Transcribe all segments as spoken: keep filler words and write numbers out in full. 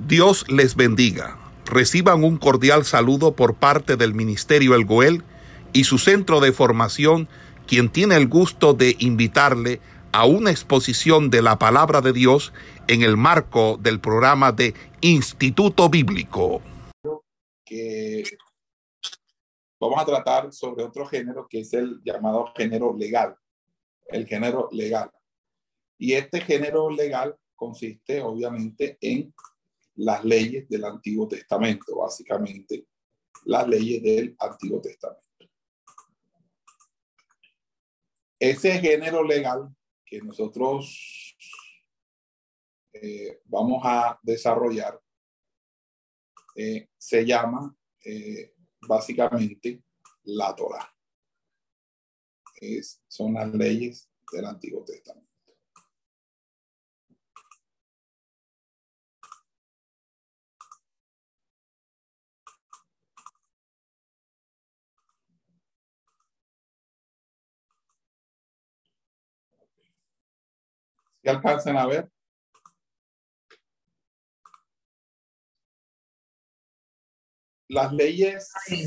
Dios les bendiga. Reciban un cordial saludo por parte del Ministerio El Goel y su centro de formación, quien tiene el gusto de invitarle a una exposición de la Palabra de Dios en el marco del programa de Instituto Bíblico. Que vamos a tratar sobre otro género que es el llamado género legal, el género legal. Y este género legal consiste obviamente en las leyes del Antiguo Testamento, básicamente las leyes del Antiguo Testamento. Ese género legal que nosotros eh, vamos a desarrollar eh, se llama eh, básicamente la Torá. Es, son las leyes del Antiguo Testamento. ¿Se alcanzan a ver? Las leyes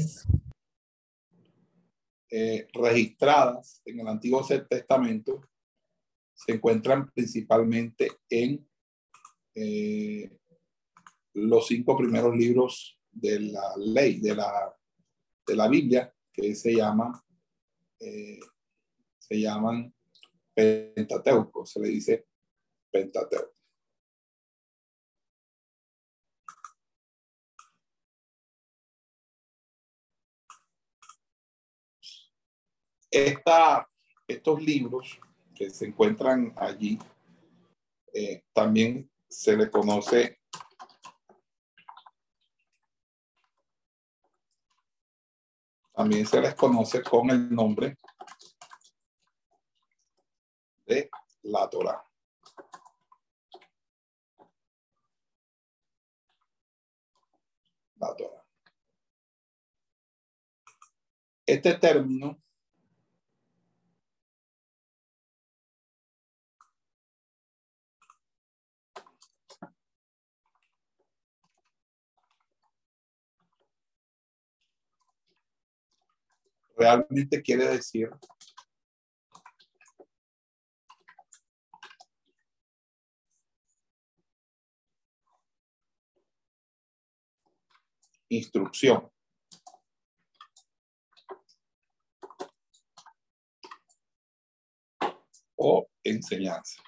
eh, registradas en el Antiguo Testamento se encuentran principalmente en eh, los cinco primeros libros de la ley, de la, de la Biblia, que se llama, eh, se llaman Pentateuco, se le dice Pentateuco. Esta, estos libros que se encuentran allí, eh, también se le conoce también se les conoce con el nombre de la Torá. La Torá. Este término realmente quiere decir instrucción. O enseñanza.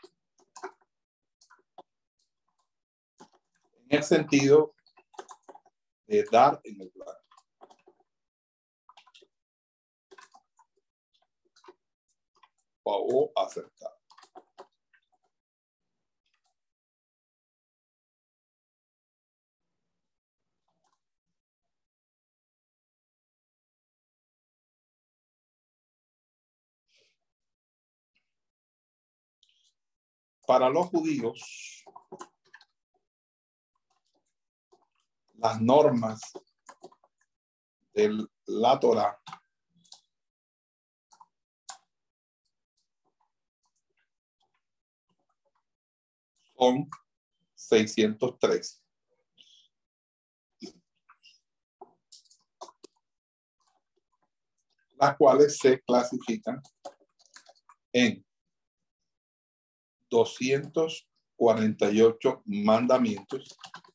En el sentido de dar en el plan. O acertar. Para los judíos, las normas de la Torá son seiscientos tres. Las cuales se clasifican en doscientos cuarenta y ocho mandamientos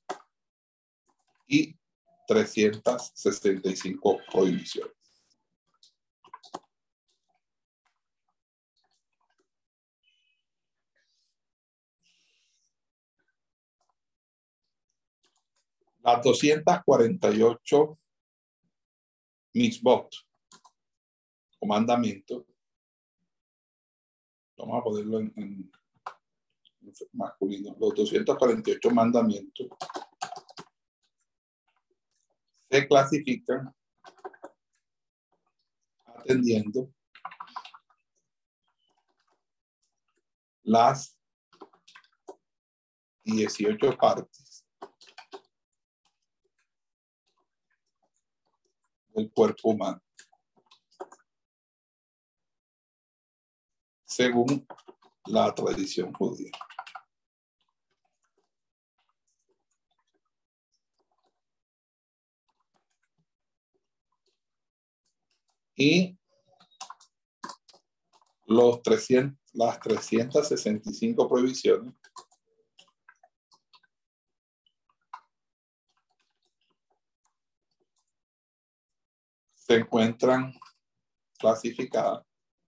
y trescientas sesenta y cinco prohibiciones. Las doscientas cuarenta y ocho mitzvot o mandamientos, vamos a ponerlo en, en masculino, los doscientos cuarenta y ocho mandamientos se clasifican atendiendo las dieciocho partes del cuerpo humano, según la tradición judía. Y los trescientos, las trescientas sesenta y cinco prohibiciones se encuentran clasificadas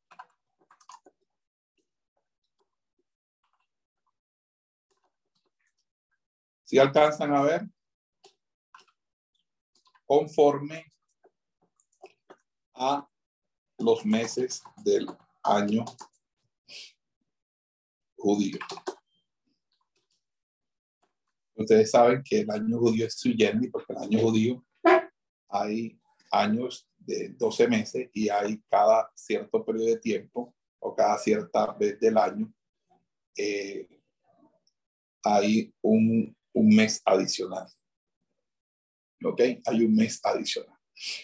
si alcanzan a ver conforme a los meses del año judío. Ustedes saben que el año judío es sui generis, porque el año judío hay años de doce meses y hay cada cierto periodo de tiempo o cada cierta vez del año eh, hay un, un mes adicional. ¿Ok? Hay un mes adicional.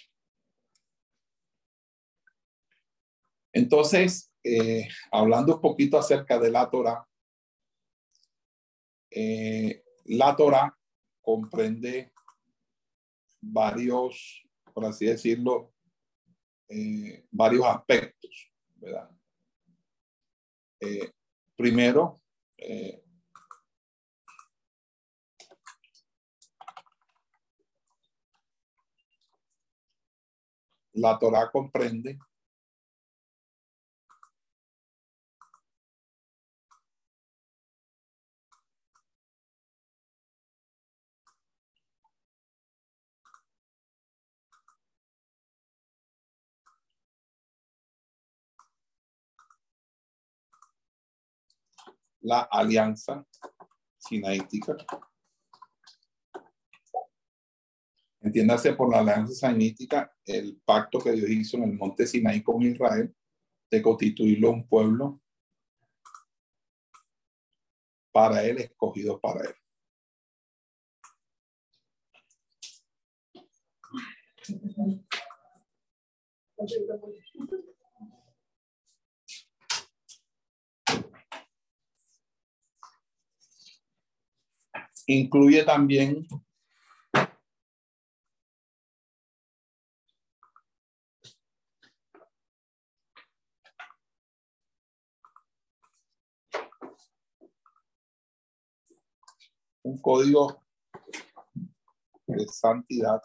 Entonces, eh, hablando un poquito acerca de la Torá, eh, la Torá comprende varios, por así decirlo, eh, varios aspectos, ¿verdad? Eh, primero, eh, la Torá comprende la alianza sinaítica. Entiéndase por la alianza sinaítica el pacto que Dios hizo en el monte Sinaí con Israel de constituirlo un pueblo para él, escogido para él. Incluye también un código de santidad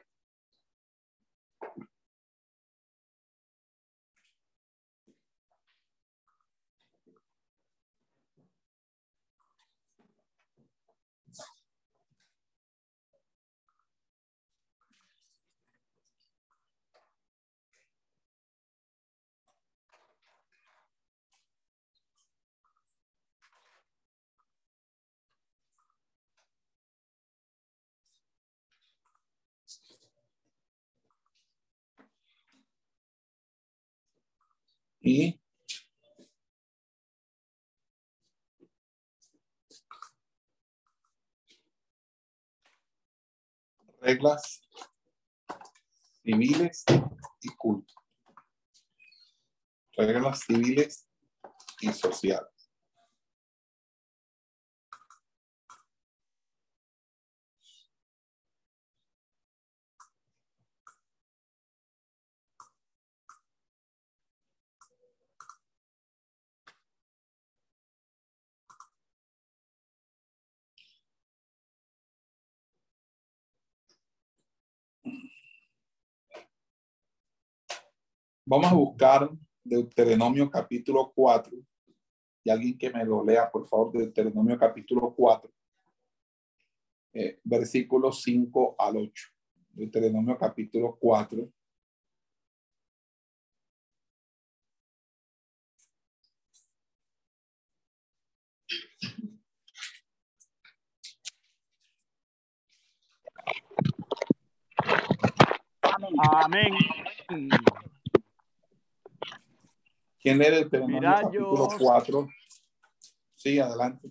y reglas civiles y culto. Reglas civiles y sociales. Vamos a buscar Deuteronomio capítulo cuatro. Y alguien que me lo lea, por favor, Deuteronomio capítulo cuatro. Eh, versículos cinco al ocho. Deuteronomio capítulo cuatro. Amén. ¿Quién lee Deuteronomio Mirad, capítulo yo, cuatro? Sí, adelante.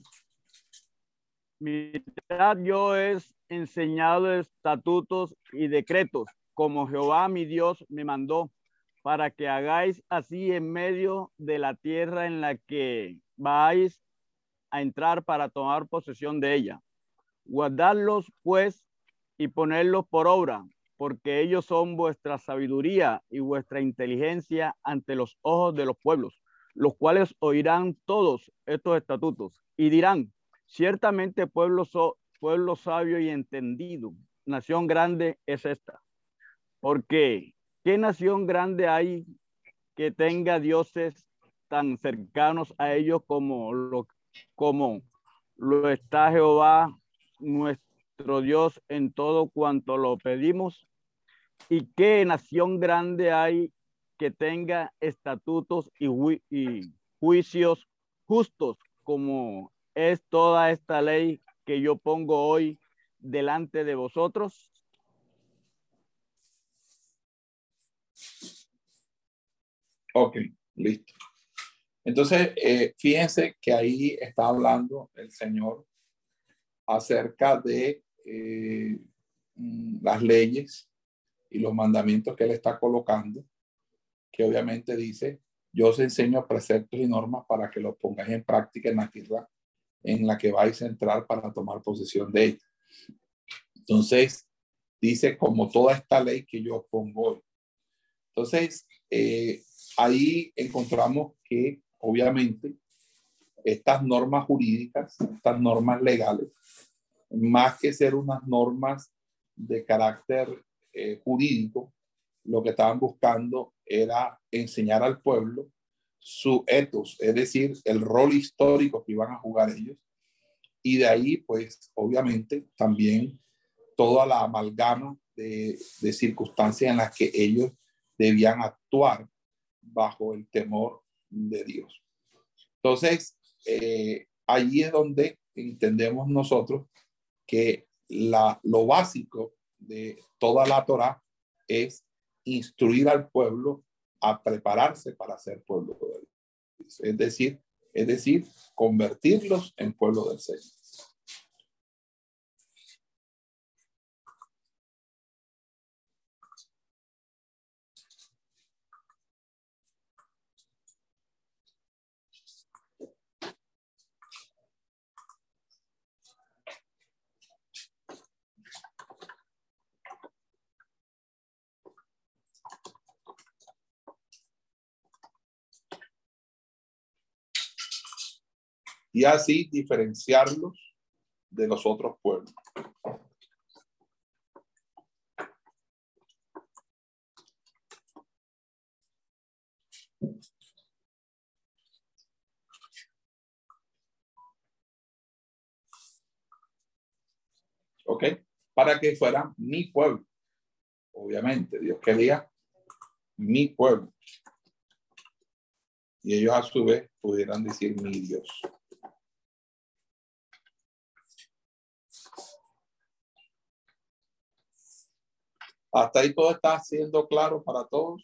mirad, yo es enseñado estatutos y decretos, como Jehová mi Dios me mandó, para que hagáis así en medio de la tierra en la que vais a entrar para tomar posesión de ella. Guardadlos, pues, y ponerlos por obra, porque ellos son vuestra sabiduría y vuestra inteligencia ante los ojos de los pueblos, los cuales oirán todos estos estatutos y dirán, ciertamente pueblo, so, pueblo sabio y entendido, nación grande es esta. Porque, ¿qué nación grande hay que tenga dioses tan cercanos a ellos como lo, como lo está Jehová, nuestro Dios, en todo cuanto lo pedimos? ¿Y qué nación grande hay que tenga estatutos y, ju y juicios justos como es toda esta ley que yo pongo hoy delante de vosotros? Ok, listo. Entonces, eh, fíjense que ahí está hablando el Señor acerca de eh, las leyes y los mandamientos que Él está colocando, que obviamente dice, yo os enseño preceptos y normas para que los pongáis en práctica en la tierra en la que vais a entrar para tomar posesión de ella. Entonces, dice, como toda esta ley que yo pongo hoy. Entonces, eh, ahí encontramos que obviamente estas normas jurídicas, estas normas legales, más que ser unas normas de carácter eh, jurídico, lo que estaban buscando era enseñar al pueblo su ethos, es decir, el rol histórico que iban a jugar ellos. Y de ahí, pues, obviamente, también toda la amalgama de, de circunstancias en las que ellos debían actuar bajo el temor de Dios. Entonces, eh, allí es donde entendemos nosotros que la, lo básico de toda la Torá es instruir al pueblo a prepararse para ser pueblo de Dios. Es decir, es decir, convertirlos en pueblo del Señor. Y así diferenciarlos de los otros pueblos. ¿Ok? Para que fueran mi pueblo. Obviamente, Dios quería mi pueblo. Y ellos a su vez pudieran decir mi Dios. Hasta ahí todo está siendo claro para todos.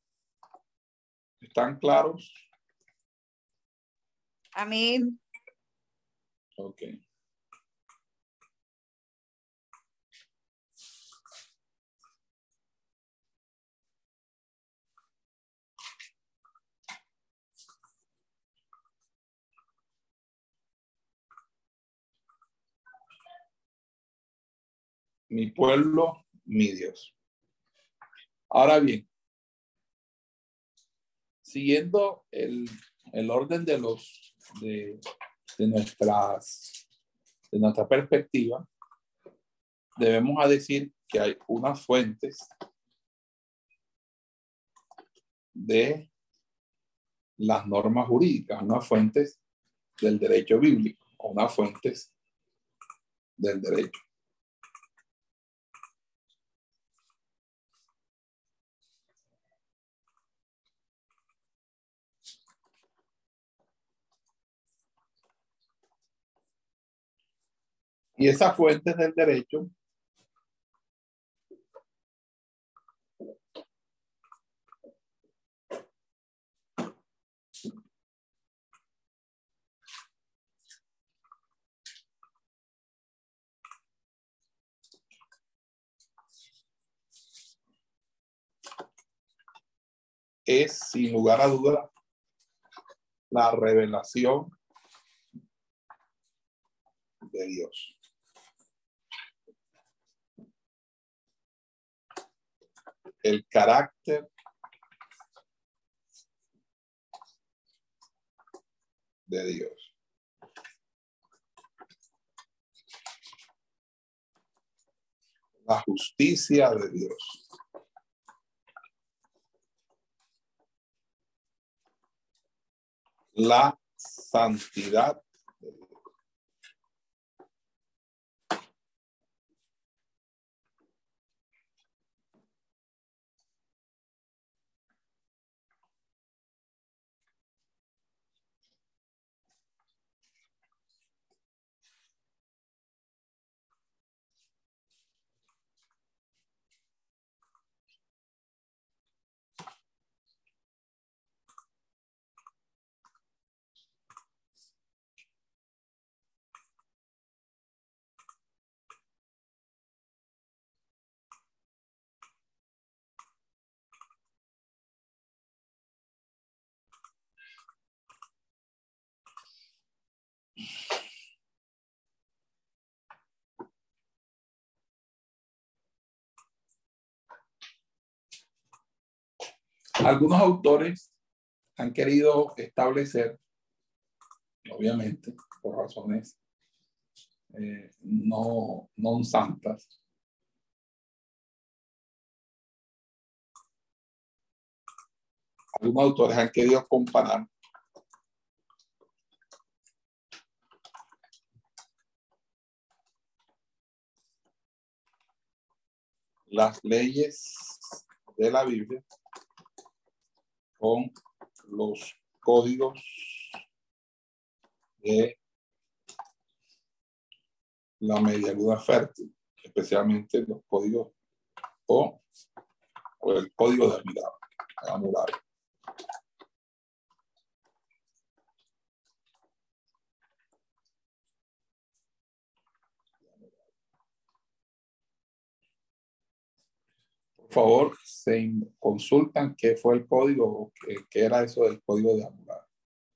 ¿Están claros? Amén. Ok. Mi pueblo, mi Dios. Ahora bien, siguiendo el, el orden de los de, de nuestras de nuestra perspectiva, debemos a decir que hay unas fuentes de las normas jurídicas, unas fuentes del derecho bíblico, unas fuentes del derecho. Y esas fuentes del derecho es, sin lugar a duda, la revelación de Dios. el carácter de Dios. La justicia de Dios. La santidad de Dios. Algunos autores han querido establecer, obviamente, por razones eh, no, no santas, algunos autores han querido comparar las leyes de la Biblia con los códigos de la media luna fértil, especialmente los códigos o, o el código de Hammurabi. Por favor, se consultan qué fue el código o qué, qué era eso del código de Hammurabi.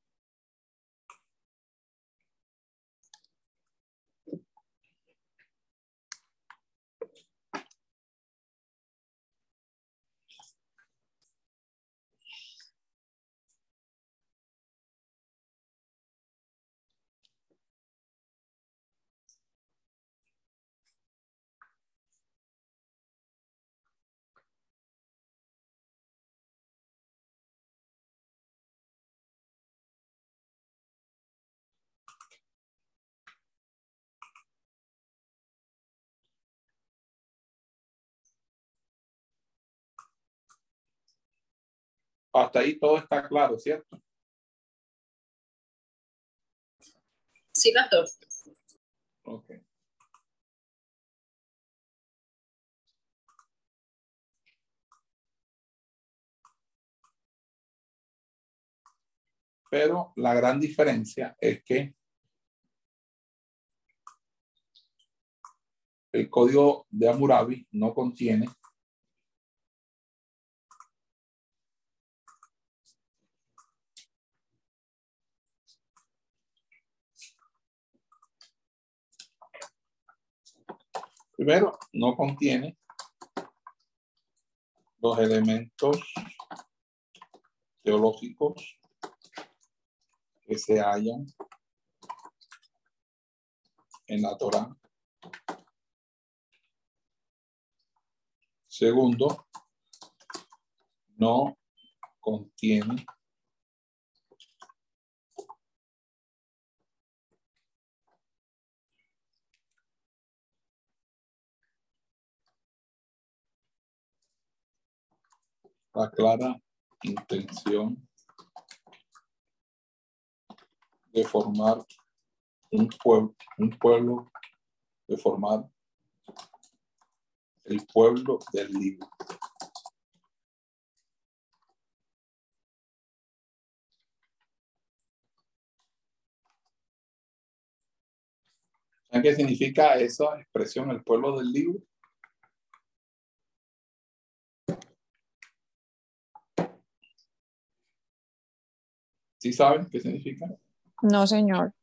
Hasta ahí todo está claro, ¿cierto? Sí, pastor. Ok. Pero la gran diferencia es que el código de Hammurabi no contiene primero, no contiene los elementos teológicos que se hallan en la Torá. Segundo, no contiene la clara intención de formar un pueblo, un pueblo, de formar el pueblo del libro. ¿Saben qué significa esa expresión, el pueblo del libro? ¿Sí saben qué significa? No, señor.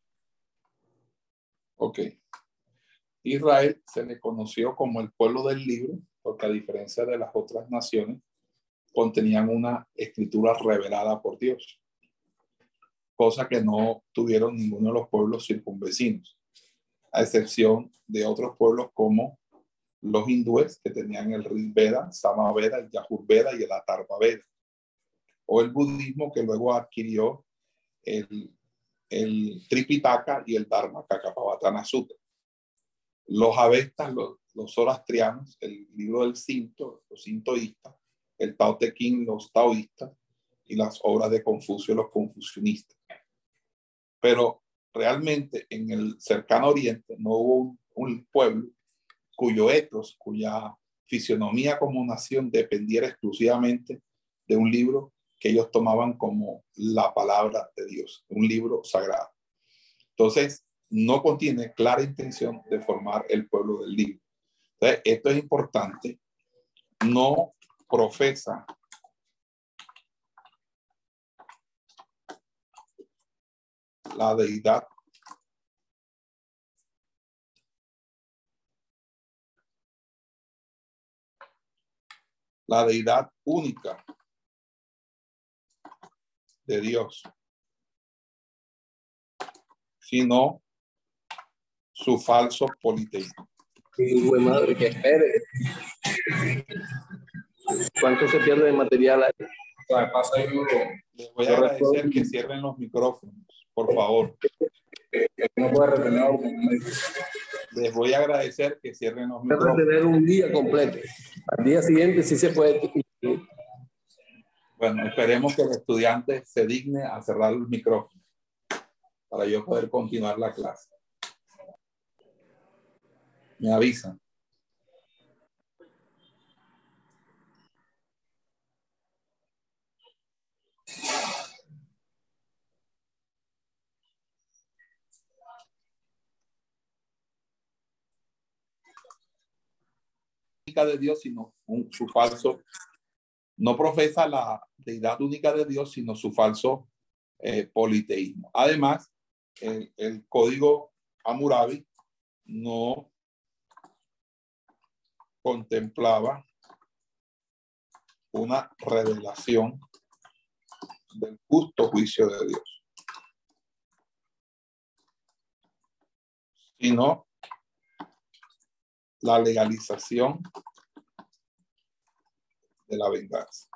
Ok. Israel se le conoció como el pueblo del libro porque a diferencia de las otras naciones, contenían una escritura revelada por Dios, cosa que no tuvieron ninguno de los pueblos circunvecinos, a excepción de otros pueblos como los hindúes, que tenían el Rig Veda, Sama Veda, el Yajur Veda y el Atharva Veda, o el budismo, que luego adquirió el, el Tripitaka y el Dharmakakapavattana Sutta. Los avestas, los, los zoroastrianos, el libro del Cinto, los sintoístas, el Tao Te Ching, los taoístas, y las obras de Confucio, los confucionistas. Pero realmente en el cercano oriente no hubo un, un pueblo cuyo etos, cuya fisionomía como nación dependiera exclusivamente de un libro que ellos tomaban como la palabra de Dios, un libro sagrado. Entonces, no contiene clara intención de formar el pueblo del libro. Entonces, esto es importante. No profesa la deidad la deidad única de Dios, sino su falso politeísmo. Sí, güey, madre, que espere. ¿Cuánto se pierde de material ahí? Les voy a agradecer que cierren los micrófonos, por favor. No puede retener. Les voy a agradecer que cierren los Puede micrófonos. retener un día completo. Al día siguiente sí se puede. Bueno, esperemos que el estudiante se digne a cerrar los micrófonos para yo poder continuar la clase. Me avisan. De Dios, sino un, su falso, no profesa la deidad única de Dios, sino su falso eh, politeísmo. Además, el, el código Hammurabi no contemplaba una revelación del justo juicio de Dios, sino la legalización de la venganza.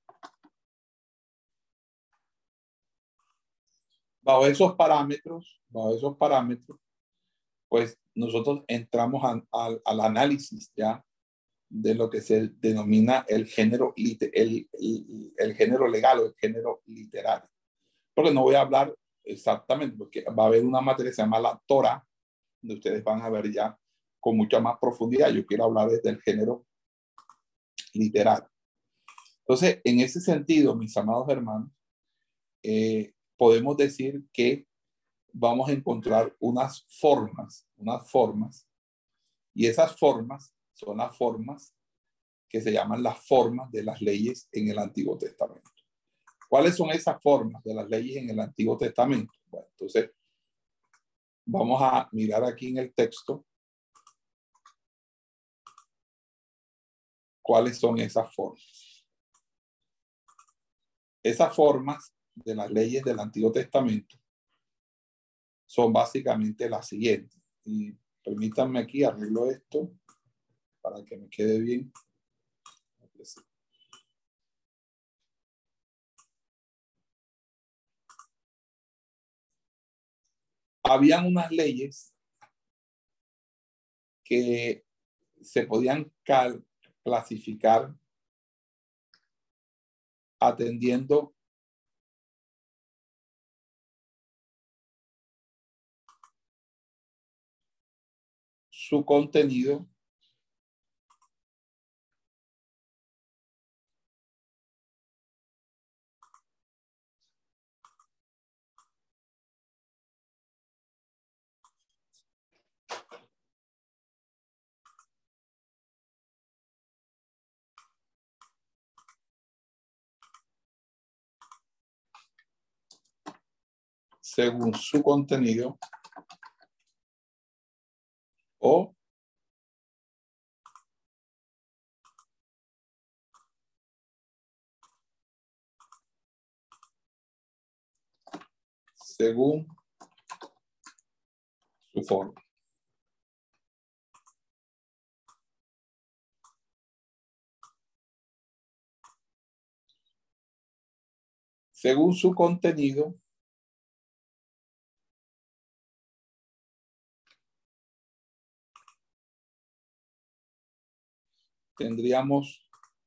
Bajo esos parámetros, bajo esos parámetros, pues nosotros entramos a, a, al análisis ya de lo que se denomina el género, el, el, el género legal o el género literario. Porque no voy a hablar exactamente, porque va a haber una materia que se llama la Torah, donde ustedes van a ver ya con mucha más profundidad. Yo quiero hablar desde el género literario. Entonces, en ese sentido, mis amados hermanos, eh, podemos decir que vamos a encontrar unas formas, unas formas, y esas formas son las formas que se llaman las formas de las leyes en el Antiguo Testamento. ¿Cuáles son esas formas de las leyes en el Antiguo Testamento? Bueno, entonces, vamos a mirar aquí en el texto cuáles son esas formas. Esas formas de las leyes del Antiguo Testamento son básicamente las siguientes. Y permítanme aquí arreglo esto para que me quede bien. Habían unas leyes que se podían clasificar atendiendo su contenido según su contenido o según su forma. Según su contenido, tendríamos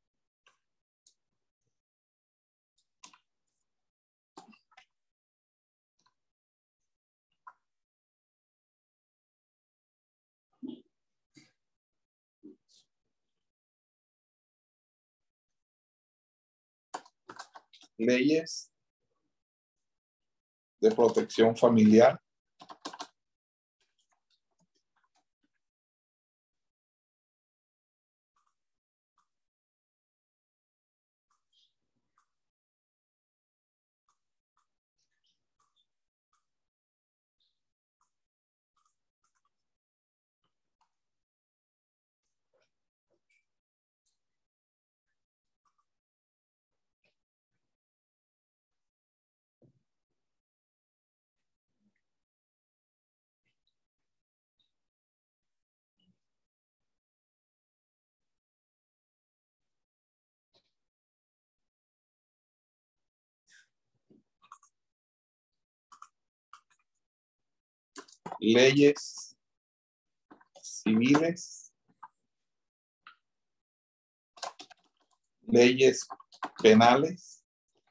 leyes de protección familiar, leyes civiles, leyes penales,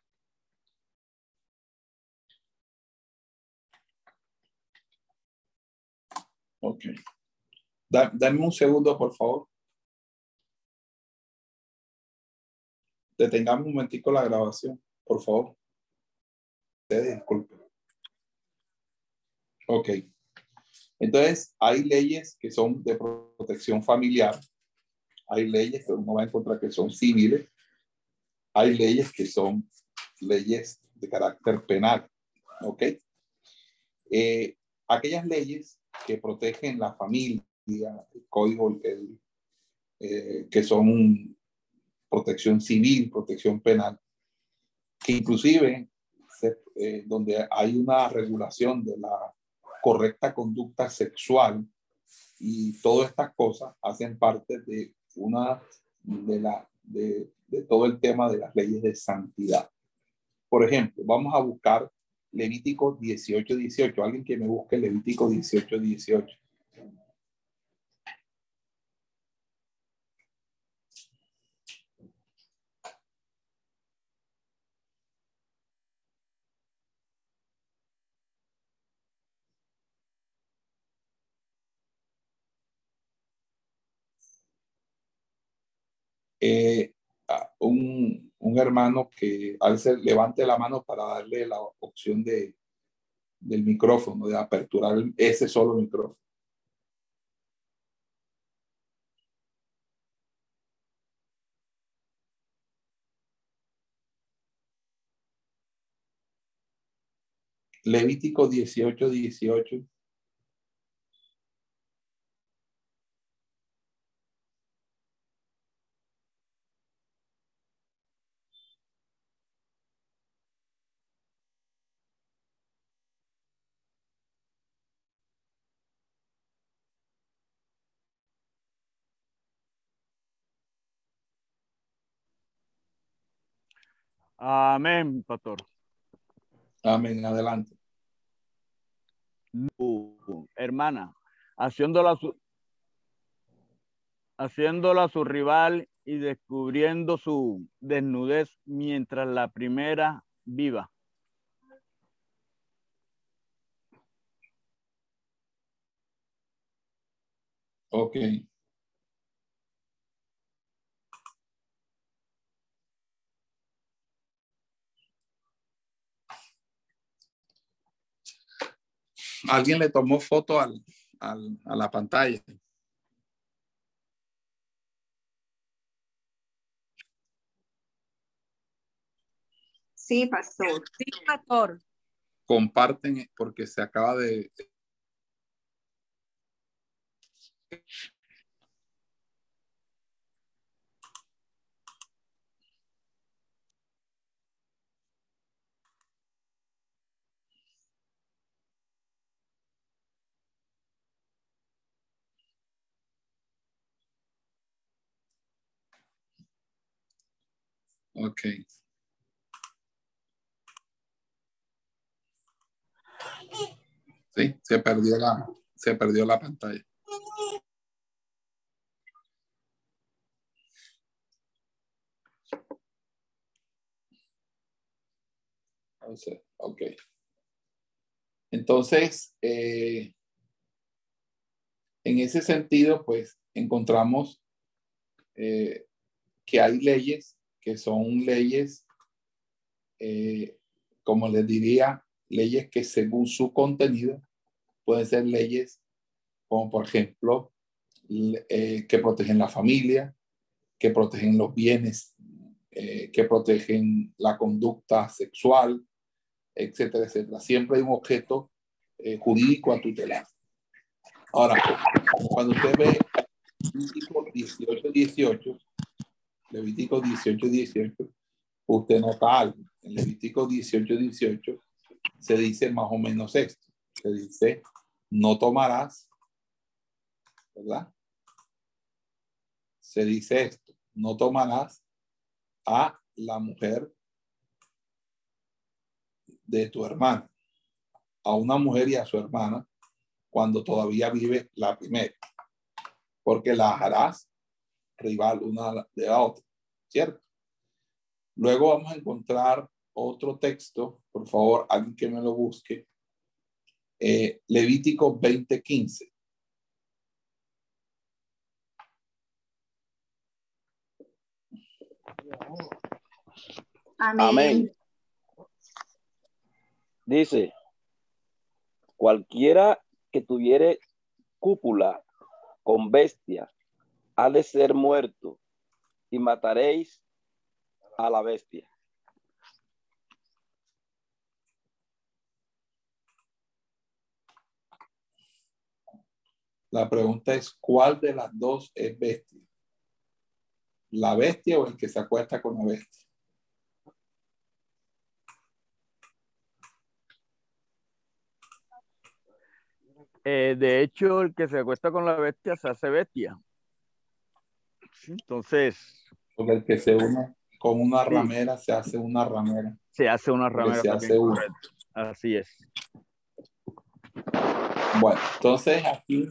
ok. Da, dame un segundo, por favor. Detengamos un momentico la grabación, por favor. Disculpe. Ok. Entonces, hay leyes que son de protección familiar. Hay leyes que uno va a encontrar que son civiles. Hay leyes que son leyes de carácter penal. ¿Ok? Eh, aquellas leyes que protegen la familia, el código, el, eh, que son protección civil, protección penal, que inclusive se, eh, donde hay una regulación de la correcta conducta sexual y todas estas cosas hacen parte de una de la de, de todo el tema de las leyes de santidad. Por ejemplo, vamos a buscar Levítico dieciocho dieciocho. Alguien que me busque Levítico dieciocho dieciocho. Eh, un, un hermano que alce, levante la mano para darle la opción de, del micrófono, de aperturar ese solo micrófono. Levítico dieciocho dieciocho. Amén, pastor. Amén, adelante. Uh, hermana, haciéndola su, haciéndola su rival y descubriendo su desnudez mientras la primera viva. Ok. ¿Alguien le tomó foto al, al, a la pantalla? Sí, pastor. Sí, pastor. Comparten porque se acaba de... Ok. Sí, se perdió la, se perdió la pantalla. Entonces, ok. Entonces, eh, en ese sentido, pues encontramos eh, que hay leyes que son leyes, eh, como les diría, leyes que según su contenido pueden ser leyes como por ejemplo eh, que protegen la familia, que protegen los bienes, eh, que protegen la conducta sexual, etcétera, etcétera. Siempre hay un objeto eh, jurídico a tutelar. Ahora, cuando usted ve Levítico dieciocho dieciocho, Levítico dieciocho dieciocho, usted nota algo. En Levítico dieciocho dieciocho se dice más o menos esto. Se dice, no tomarás, ¿verdad? Se dice esto, no tomarás a la mujer de tu hermana, a una mujer y a su hermana, cuando todavía vive la primera, porque la harás rival una de la otra, ¿cierto? Luego vamos a encontrar otro texto, por favor, alguien que me lo busque, eh, Levítico veinte quince. Amén. Amén. Dice, cualquiera que tuviere cúpula con bestia ha de ser muerto, y mataréis a la bestia. La pregunta es, ¿cuál de las dos es bestia? ¿La bestia o el que se acuesta con la bestia? Eh, de hecho, el que se acuesta con la bestia se hace bestia. ¿Sí? Entonces, Porque el que se une con una sí, ramera se hace una ramera. se hace una Porque ramera se también, hace uno. correcto. Así es. Bueno, entonces aquí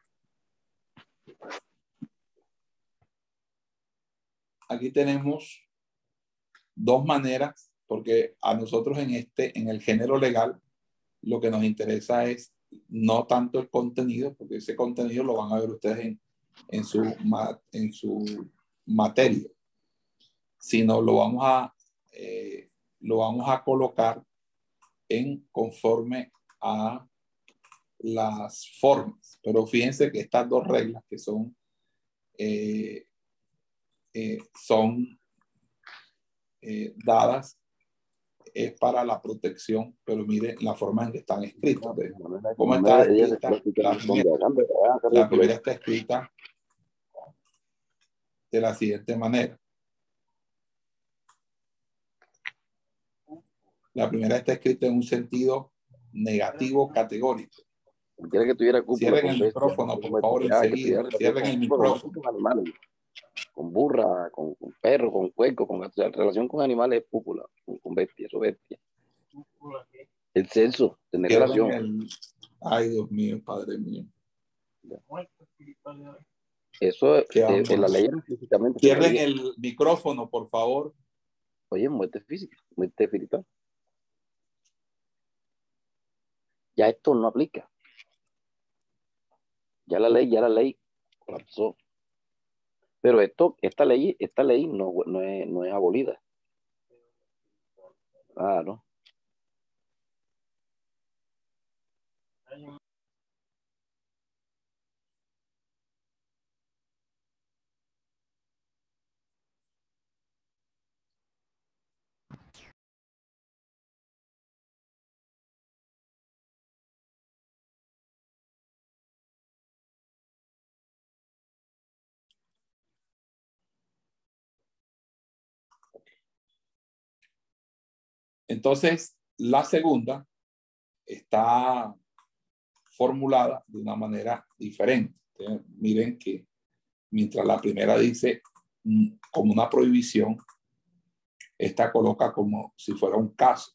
aquí tenemos dos maneras, porque a nosotros en este, en el género legal, lo que nos interesa es no tanto el contenido, porque ese contenido lo van a ver ustedes en, en, su, en su materia, sino lo vamos a, eh, lo vamos a colocar en conforme a las formas. Pero fíjense que estas dos reglas que son, eh, eh, son eh, dadas es para la protección, pero mire la forma en que están escritas. ¿Cómo está escrita? La primera, la primera está escrita de la siguiente manera. La primera está escrita en un sentido negativo categórico. Quiere que tuviera cúpula. Cierren el micrófono, por favor, enseguida. Cierren el micrófono. Con animales, con burra, con, con perro, con cuerco, con gato. La relación con animales es cúpula, con, con bestia, eso bestia. El censo, tener Cierren relación. el... Ay, Dios mío, Padre mío. Eso es en la ley físicamente. Cierren el micrófono, por favor. Oye, muerte física, muerte espiritual. Ya esto no aplica. Ya la ley, ya la ley colapsó. Pero esto, esta ley, esta ley no, no, es, no es abolida. Ah, no. Entonces, la segunda está formulada de una manera diferente. Entonces, miren que mientras la primera dice mm, como una prohibición, esta coloca como si fuera un caso.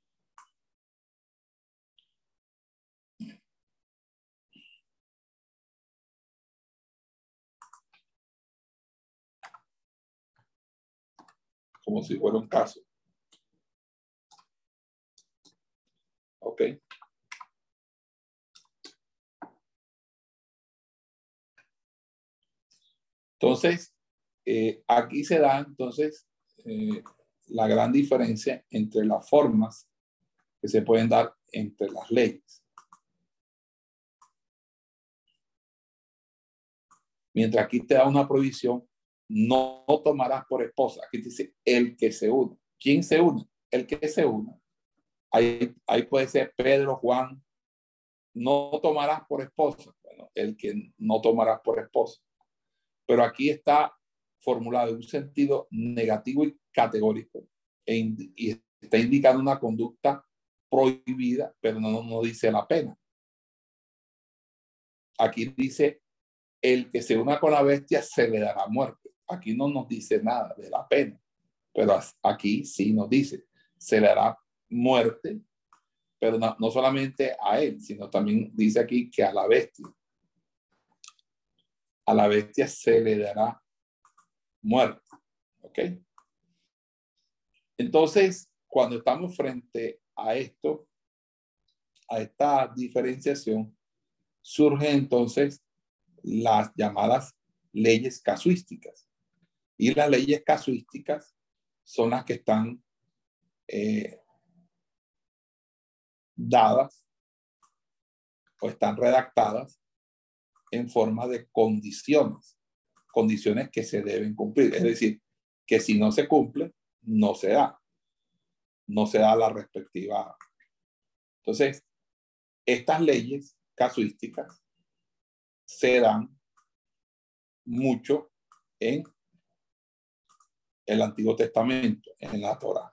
Como si fuera un caso. ¿Ok? Entonces, eh, aquí se da entonces eh, la gran diferencia entre las formas que se pueden dar entre las leyes. Mientras aquí te da una prohibición, no, no tomarás por esposa. Aquí te dice el que se une. ¿Quién se une? El que se une. Ahí, ahí puede ser Pedro, Juan. No tomarás por esposa. Bueno, el que no tomarás por esposa. Pero aquí está formulado en un sentido negativo y categórico. E ind y está indicando una conducta prohibida, pero no, no dice la pena. Aquí dice, el que se una con la bestia se le dará muerte. Aquí no nos dice nada de la pena, pero aquí sí nos dice, se le dará muerte, pero no, no solamente a él, sino también dice aquí que a la bestia. A la bestia se le dará muerte. ¿Ok? Entonces, cuando estamos frente a esto, a esta diferenciación, surgen entonces las llamadas leyes casuísticas. Y las leyes casuísticas son las que están eh, dadas o están redactadas en forma de condiciones, condiciones que se deben cumplir. Es decir, que si no se cumple, no se da, no se da la respectiva. Entonces, estas leyes casuísticas se dan mucho en el Antiguo Testamento, en la Torá.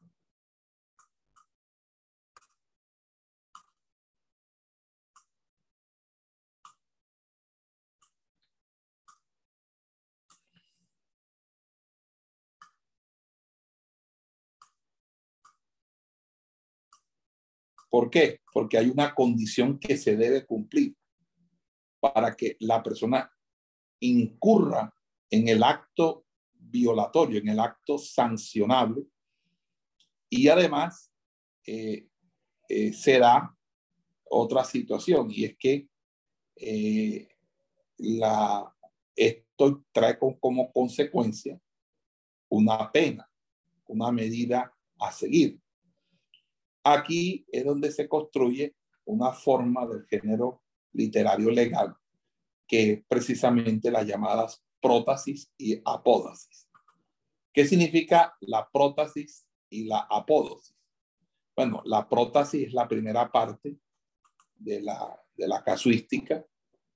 ¿Por qué? Porque hay una condición que se debe cumplir para que la persona incurra en el acto violatorio, en el acto sancionable, y además eh, eh, se da otra situación, y es que eh, la, esto trae con, como consecuencia una pena, una medida a seguir. Aquí es donde se construye una forma del género literario legal, que es precisamente las llamadas prótasis y apódosis. ¿Qué significa la prótasis y la apódosis? Bueno, la prótasis es la primera parte de la, de la casuística.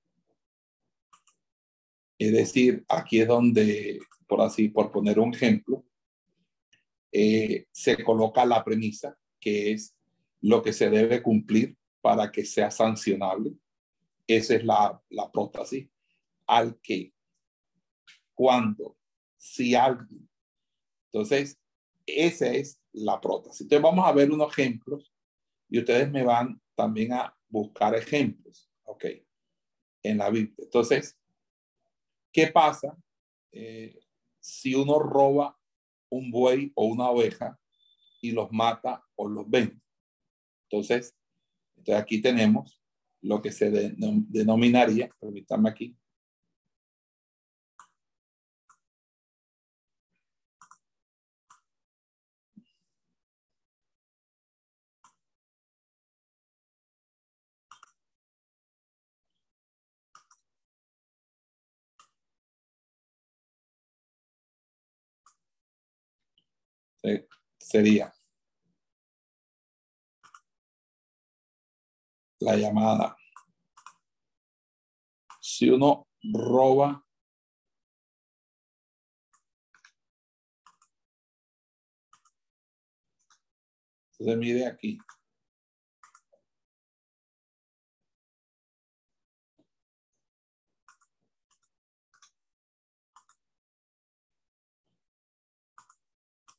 Es decir, aquí es donde, por así, por poner un ejemplo, eh, se coloca la premisa, que es lo que se debe cumplir para que sea sancionable. Esa es la, la próstasis. Al que, cuando, si alguien. Entonces, esa es la próstasis. Entonces, vamos a ver unos ejemplos y ustedes me van también a buscar ejemplos, ¿ok? En la Biblia. Entonces, ¿qué pasa eh, si uno roba un buey o una oveja y los mata o los vende? Entonces, entonces aquí tenemos lo que se de, denominaría, permítanme aquí, eh, sería la llamada, si uno roba entonces mire aquí,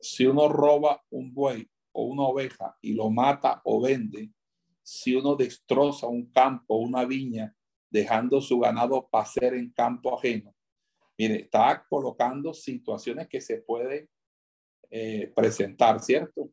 Si uno roba un buey o una oveja y lo mata o vende, si uno destroza un campo o una viña, dejando su ganado pacer en campo ajeno. Mire, está colocando situaciones que se pueden eh, presentar, ¿cierto?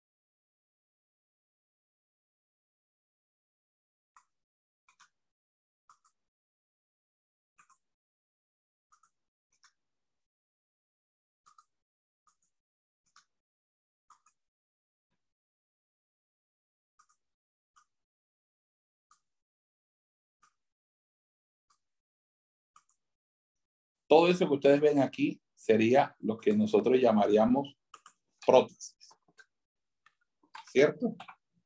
Todo eso que ustedes ven aquí sería lo que nosotros llamaríamos prótesis, ¿cierto?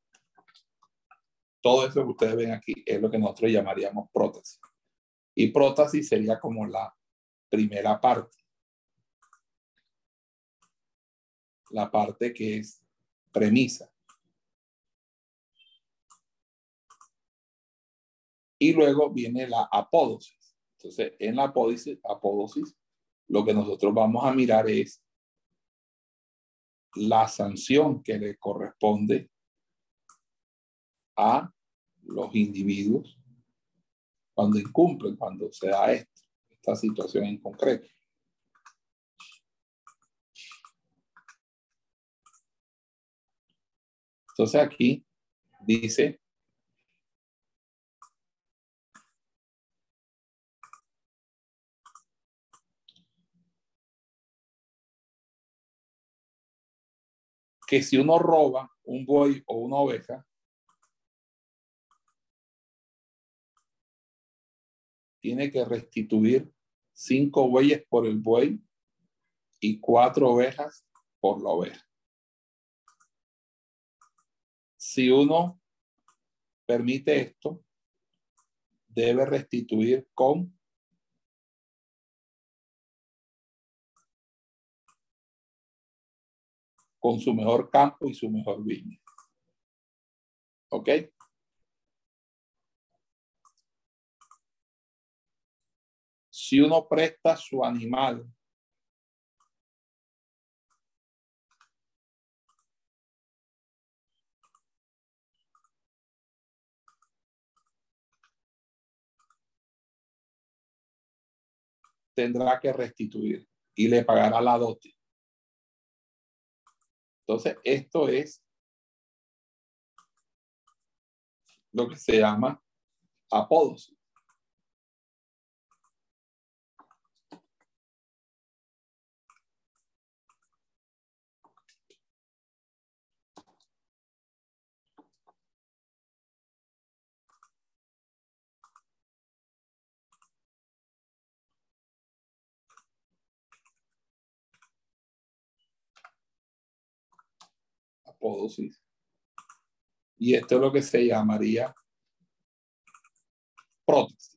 Todo eso que ustedes ven aquí es lo que nosotros llamaríamos prótesis. Y prótesis sería como la primera parte. La parte que es premisa. Y luego viene la apódosis. Entonces, en la apódosis, apódosis, lo que nosotros vamos a mirar es la sanción que le corresponde a los individuos cuando incumplen, cuando se da esto, esta situación en concreto. Entonces aquí dice que si uno roba un buey o una oveja, tiene que restituir cinco bueyes por el buey y cuatro ovejas por la oveja. Si uno permite esto, debe restituir con con su mejor campo y su mejor viña. ¿Ok? Si uno presta su animal tendrá que restituir y le pagará la dote. Entonces, esto es lo que se llama apódosis. Apódosis. Y esto es lo que se llamaría prótesis.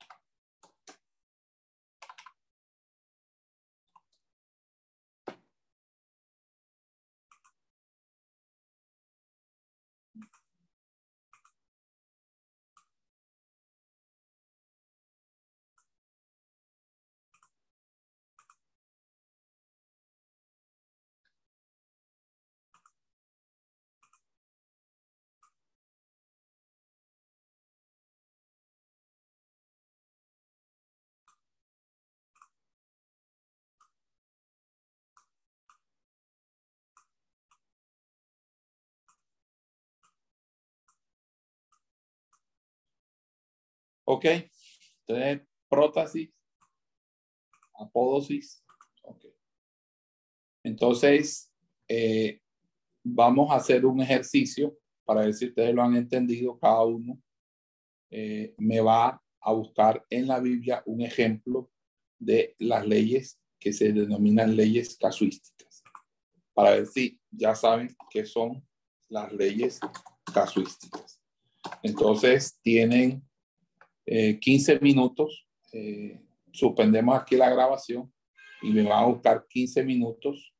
Ok, entonces prótesis, apódosis. Okay. Entonces, eh, vamos a hacer un ejercicio para ver si ustedes lo han entendido. Cada uno eh, me va a buscar en la Biblia un ejemplo de las leyes que se denominan leyes casuísticas, para ver si ya saben qué son las leyes casuísticas. Entonces, tienen eh, quince minutos. Eh, suspendemos aquí la grabación y me van a buscar quince minutos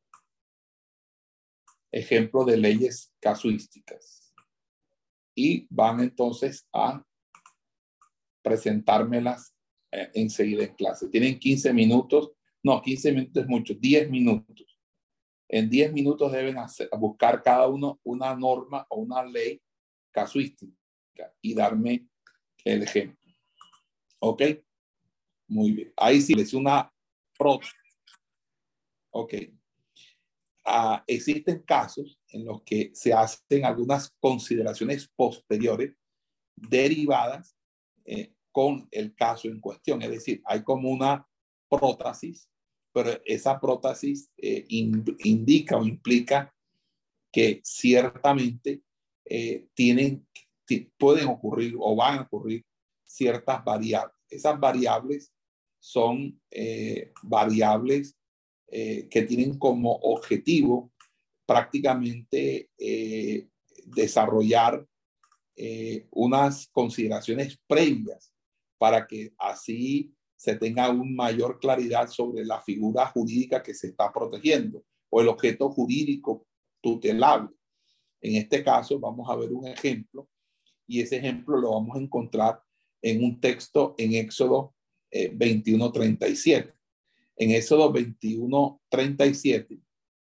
ejemplo de leyes casuísticas y van entonces a presentármelas eh, enseguida en clase. Tienen quince minutos, no, quince minutos es mucho, diez minutos En diez minutos deben hacer, buscar cada uno una norma o una ley casuística y darme el ejemplo. ¿Ok? Muy bien. Ahí sí es una prótesis. Ok. Uh, existen casos en los que se hacen algunas consideraciones posteriores derivadas eh, con el caso en cuestión. Es decir, hay como una prótesis, pero esa prótesis eh, in, indica o implica que ciertamente eh, tienen, pueden ocurrir o van a ocurrir ciertas variables. Esas variables son eh, variables eh, que tienen como objetivo prácticamente eh, desarrollar eh, unas consideraciones previas para que así se tenga aún mayor claridad sobre la figura jurídica que se está protegiendo o el objeto jurídico tutelable. En este caso vamos a ver un ejemplo y ese ejemplo lo vamos a encontrar en un texto en Éxodo eh, veintiuno treinta y siete. En Éxodo veintiuno treinta y siete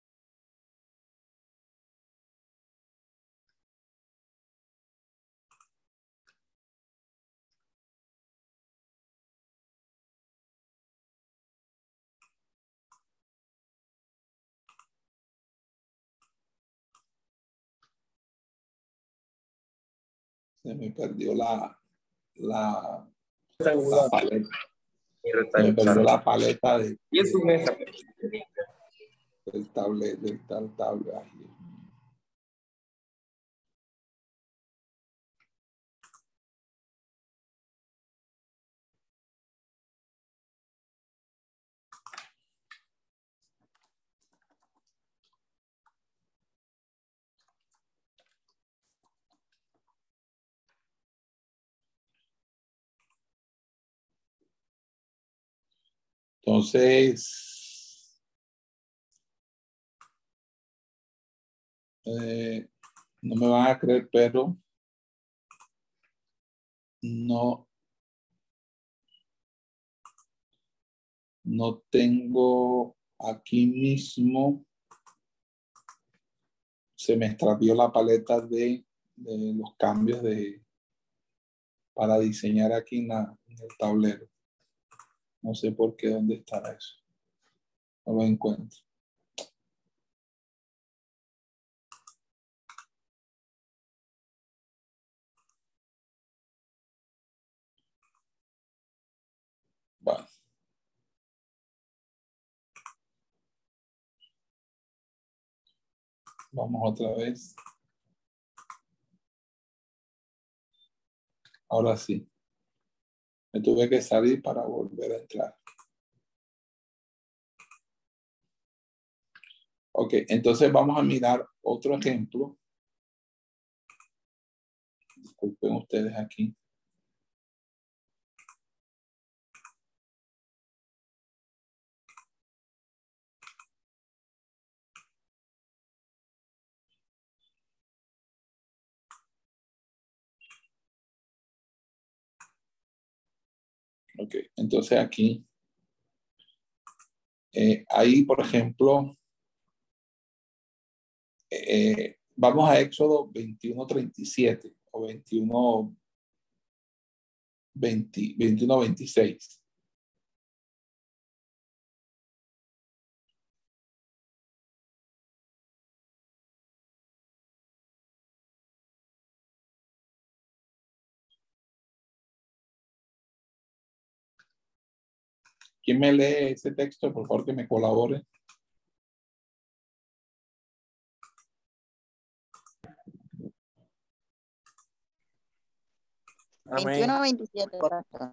se me perdió la la, la paleta. Se me perdió la paleta de, Y es un mesa. del tablet, del tal tablet. Entonces, eh, no me van a creer, pero no, no tengo aquí mismo, se me extravió la paleta de, de los cambios de, para diseñar aquí en, la, en el tablero. No sé por qué, dónde estará eso. No lo encuentro. Bueno. Vamos otra vez. Ahora sí. Me tuve que salir para volver a entrar. Ok, entonces vamos a mirar otro ejemplo. Disculpen ustedes aquí. Ok, entonces aquí, eh, ahí por ejemplo, eh, vamos a Éxodo veintiuno treinta y siete o veintiuno veinte, veintiuno veintiséis. ¿Quién me lee ese texto? Por favor, que me colabore. veintiuno veintisiete, correcto.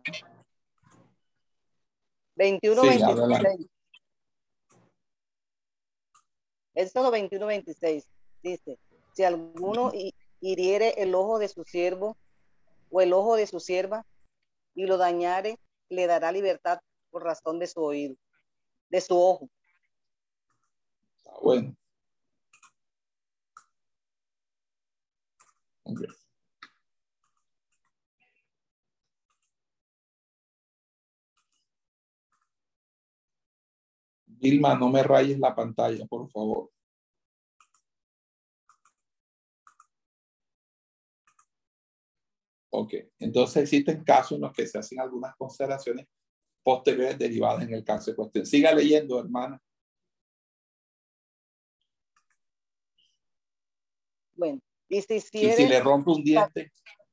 veintiuno Sí, veintiséis. adelante. Éxodo veintiuno veintiséis dice: si alguno hiriere el ojo de su siervo o el ojo de su sierva y lo dañare, le dará libertad por razón de su oído, de su ojo. Está bueno. Okay. Vilma, no me rayes la pantalla, por favor. Ok, entonces existen casos en los que se hacen algunas consideraciones posteriores derivadas en el caso de cuestión. Siga leyendo, hermana. Bueno, y si, Y si hiciere, le rompe un diente,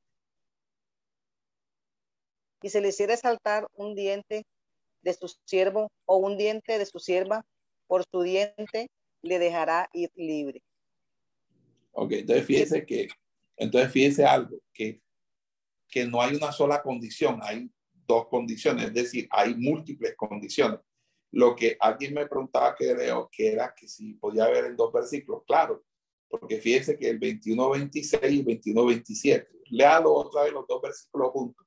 y se le hiciera saltar un diente de su siervo o un diente de su sierva, por su diente le dejará ir libre. ok, entonces fíjese que, entonces fíjese algo, que, que no hay una sola condición, hay dos condiciones, es decir, hay múltiples condiciones. Lo que alguien me preguntaba que creo que era que si podía haber en dos versículos, claro, porque fíjese que el veintiuno veintiséis y veintiuno veintisiete, léalo otra vez los dos versículos juntos.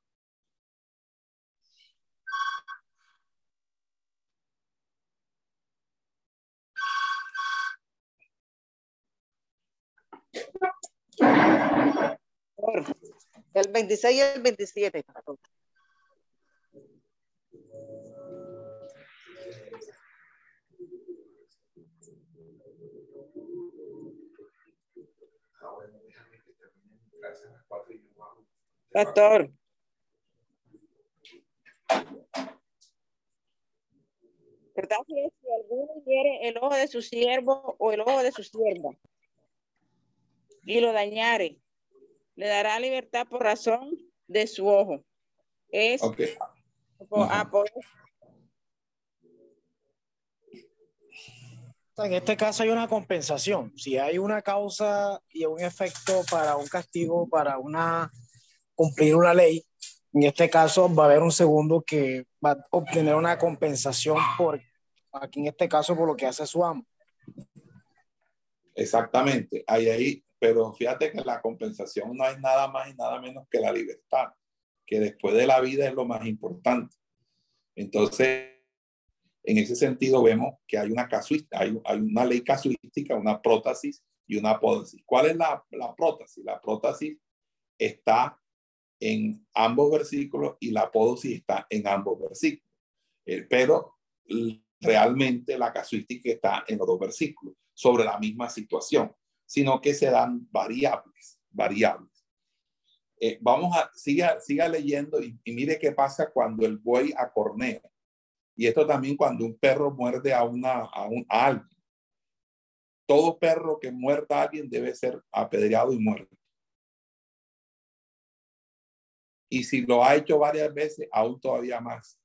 El veintiséis y el veintisiete. Pastor. ¿Verdad que si alguno hiere el ojo de su siervo o el ojo de su sierva y lo dañare, le dará libertad por razón de su ojo? Es okay. por, ah, por, En este caso hay una compensación. Si hay una causa y un efecto para un castigo, para una cumplir una ley, en este caso va a haber un segundo que va a obtener una compensación por, aquí en este caso, por lo que hace su amo. Exactamente, ahí, ahí, pero fíjate que la compensación no es nada más y nada menos que la libertad, que después de la vida es lo más importante. Entonces, en ese sentido vemos que hay una casuística, hay, hay una ley casuística, una prótesis y una apódosis. ¿Cuál es la, la prótesis? La prótesis está en ambos versículos y la apódosis está en ambos versículos. Eh, pero realmente la casuística está en los dos versículos sobre la misma situación, sino que se dan variables, variables. Eh, vamos a, siga, siga leyendo y, y mire qué pasa cuando el buey acornea. Y esto también cuando un perro muerde a, una, a, un, a alguien. Todo perro que muerda a alguien debe ser apedreado y muerto. Y si lo ha hecho varias veces, aún todavía más.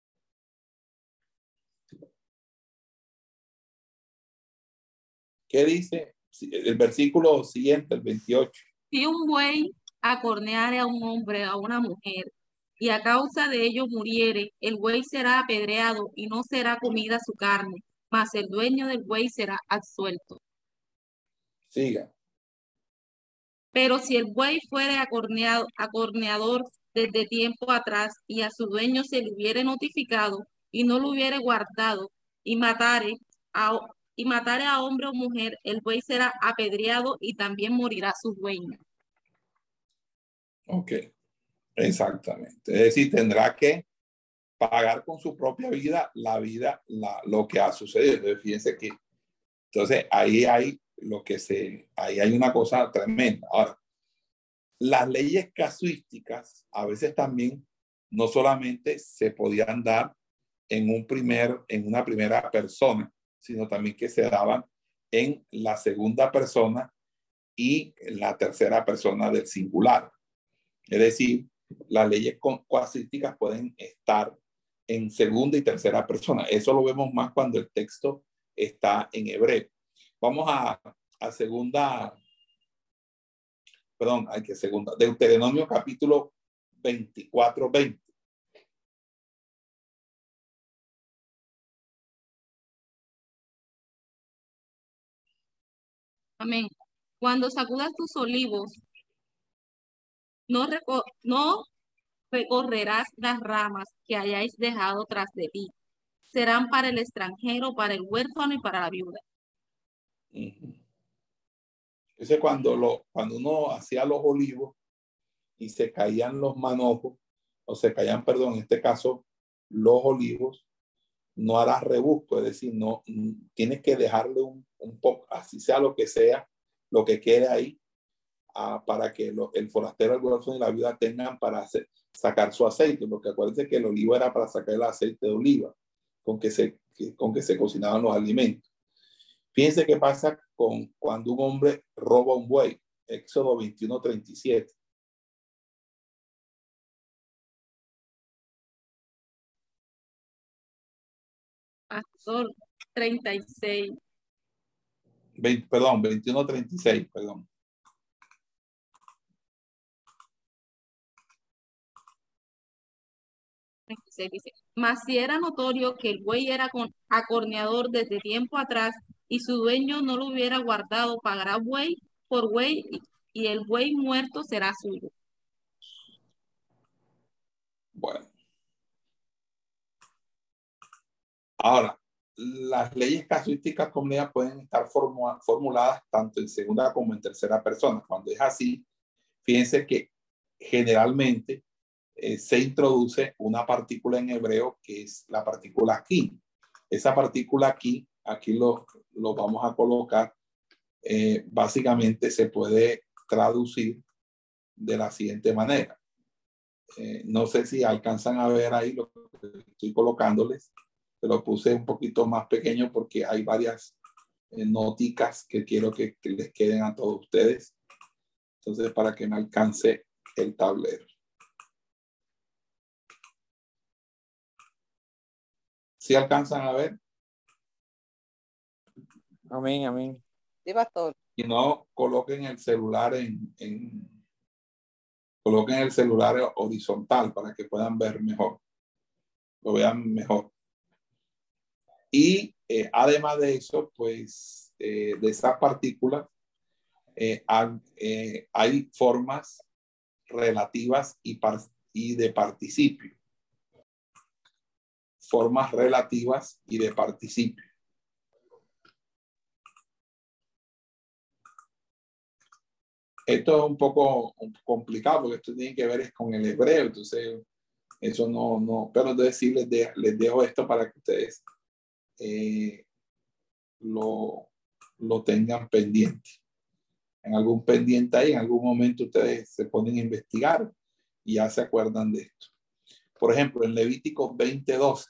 ¿Qué dice? El versículo siguiente, el veintiocho. Si un buey acorneare a un hombre, a una mujer, y a causa de ello muriere, el buey será apedreado y no será comida su carne, mas el dueño del buey será absuelto. Siga. Pero si el buey fuere acorneado, acorneador desde tiempo atrás y a su dueño se le hubiere notificado y no lo hubiere guardado y matare a, y matare a hombre o mujer, el buey será apedreado y también morirá su dueño. Ok, exactamente. Es decir, tendrá que pagar con su propia vida la vida, la, lo que ha sucedido. Entonces, fíjense que, entonces ahí hay lo que se, ahí hay una cosa tremenda. Ahora, las leyes casuísticas a veces también no solamente se podían dar en un primer, en una primera persona, sino también que se daban en la segunda persona y en la tercera persona del singular. Es decir, las leyes casuísticas pueden estar en segunda y tercera persona. Eso lo vemos más cuando el texto está en hebreo. Vamos a, a segunda, perdón, hay que segunda, Deuteronomio capítulo veinticuatro, veinte. Amén. Cuando sacudas tus olivos, no, reco no recorrerás las ramas que hayáis dejado tras de ti. Serán para el extranjero, para el huérfano y para la viuda. Uh-huh. Ese cuando, lo, cuando uno hacía los olivos y se caían los manojos, o se caían, perdón, en este caso, los olivos, no harás rebusco, es decir, no, tienes que dejarle un, un poco, así sea lo que sea, lo que quede ahí, a, para que lo, el forastero, el huérfano y la viuda tengan para hacer, sacar su aceite, porque acuérdense que el olivo era para sacar el aceite de oliva con que se, que, con que se cocinaban los alimentos. Fíjense qué pasa con cuando un hombre roba un buey. Éxodo veintiuno, treinta y siete. Pastor, treinta y seis. veinte, perdón, veintiuno, treinta y seis, perdón. Dice, mas si era notorio que el buey era con, acorneador desde tiempo atrás y su dueño no lo hubiera guardado, pagará buey por buey y, y el buey muerto será suyo. Bueno. Ahora, las leyes casuísticas comunes pueden estar formu- formuladas tanto en segunda como en tercera persona. Cuando es así, fíjense que generalmente eh, se introduce una partícula en hebreo que es la partícula aquí. Esa partícula aquí, aquí lo, lo vamos a colocar, eh, básicamente se puede traducir de la siguiente manera. Eh, no sé si alcanzan a ver ahí lo que estoy colocándoles. Se lo puse un poquito más pequeño porque hay varias eh, noticas que quiero que, que les queden a todos ustedes. Entonces, para que me alcance el tablero. ¿Sí alcanzan a ver? Amén, amén. Sí, pastor. Y no coloquen el celular en, en coloquen el celular horizontal para que puedan ver mejor. Lo vean mejor. Y eh, además de eso, pues eh, de esas partículas eh, hay, eh, hay formas relativas y, par y de participio. Formas relativas y de participio. Esto es un poco complicado porque esto tiene que ver es con el hebreo, entonces eso no, no, pero entonces sí les, de, les dejo esto para que ustedes eh, lo, lo tengan pendiente. En algún pendiente ahí, en algún momento ustedes se ponen a investigar y ya se acuerdan de esto. Por ejemplo, en Levítico veinte doce.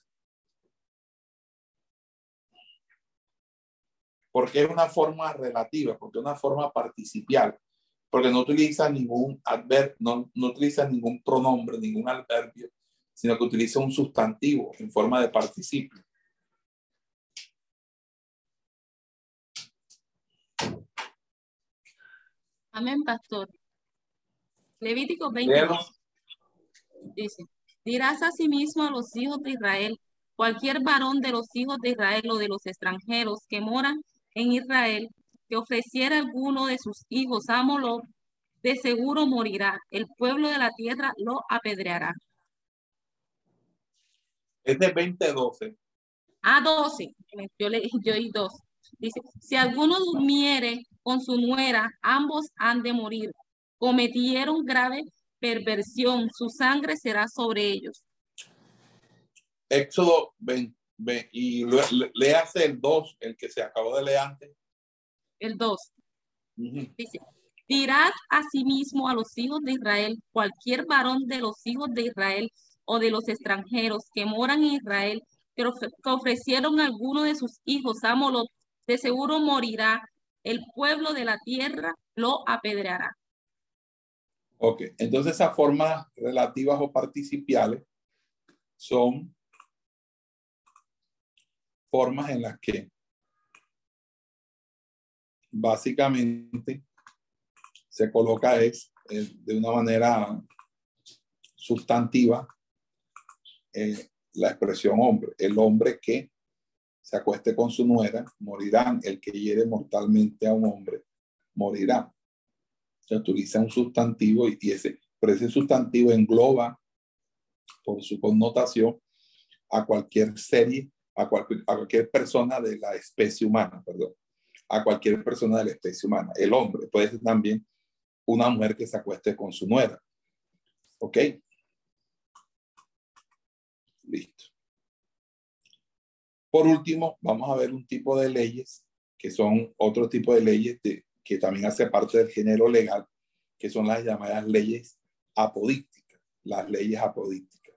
Porque es una forma relativa, porque es una forma participial, porque no utiliza ningún adverbio, no, no utiliza ningún pronombre, ningún adverbio, sino que utiliza un sustantivo en forma de participio. Amén, pastor. Levítico veintidós dice, dirás asimismo a los hijos de Israel, cualquier varón de los hijos de Israel o de los extranjeros que moran en Israel, que ofreciera alguno de sus hijos a Moloc, de seguro morirá. El pueblo de la tierra lo apedreará. Es de veinte doce. Ah, doce. Yo le yo di dos. Dice, si alguno durmiere con su nuera, ambos han de morir. Cometieron grave perversión, su sangre será sobre ellos. Éxodo veinte, veinte y le, le, le hace el dos, el que se acabó de leer antes. El dos. Uh-huh. Dice, dirás asimismo a los hijos de Israel, cualquier varón de los hijos de Israel o de los extranjeros que moran en Israel, que, of que ofrecieron a alguno de sus hijos a Moloc, de seguro morirá. El pueblo de la tierra lo apedreará. Ok, entonces esas formas relativas o participiales son formas en las que básicamente se coloca es eh, de una manera sustantiva eh, la expresión hombre. El hombre que se acueste con su nuera morirá. El que hiere mortalmente a un hombre morirá. Se utiliza un sustantivo y, y ese, pero ese sustantivo engloba por su connotación a cualquier serie, a cualquier, a cualquier persona de la especie humana, perdón, a cualquier persona de la especie humana. El hombre puede ser también una mujer que se acueste con su nuera. ¿Ok? Listo. Por último, vamos a ver un tipo de leyes que son otro tipo de leyes de, que también hace parte del género legal, que son las llamadas leyes apodícticas, las leyes apodícticas.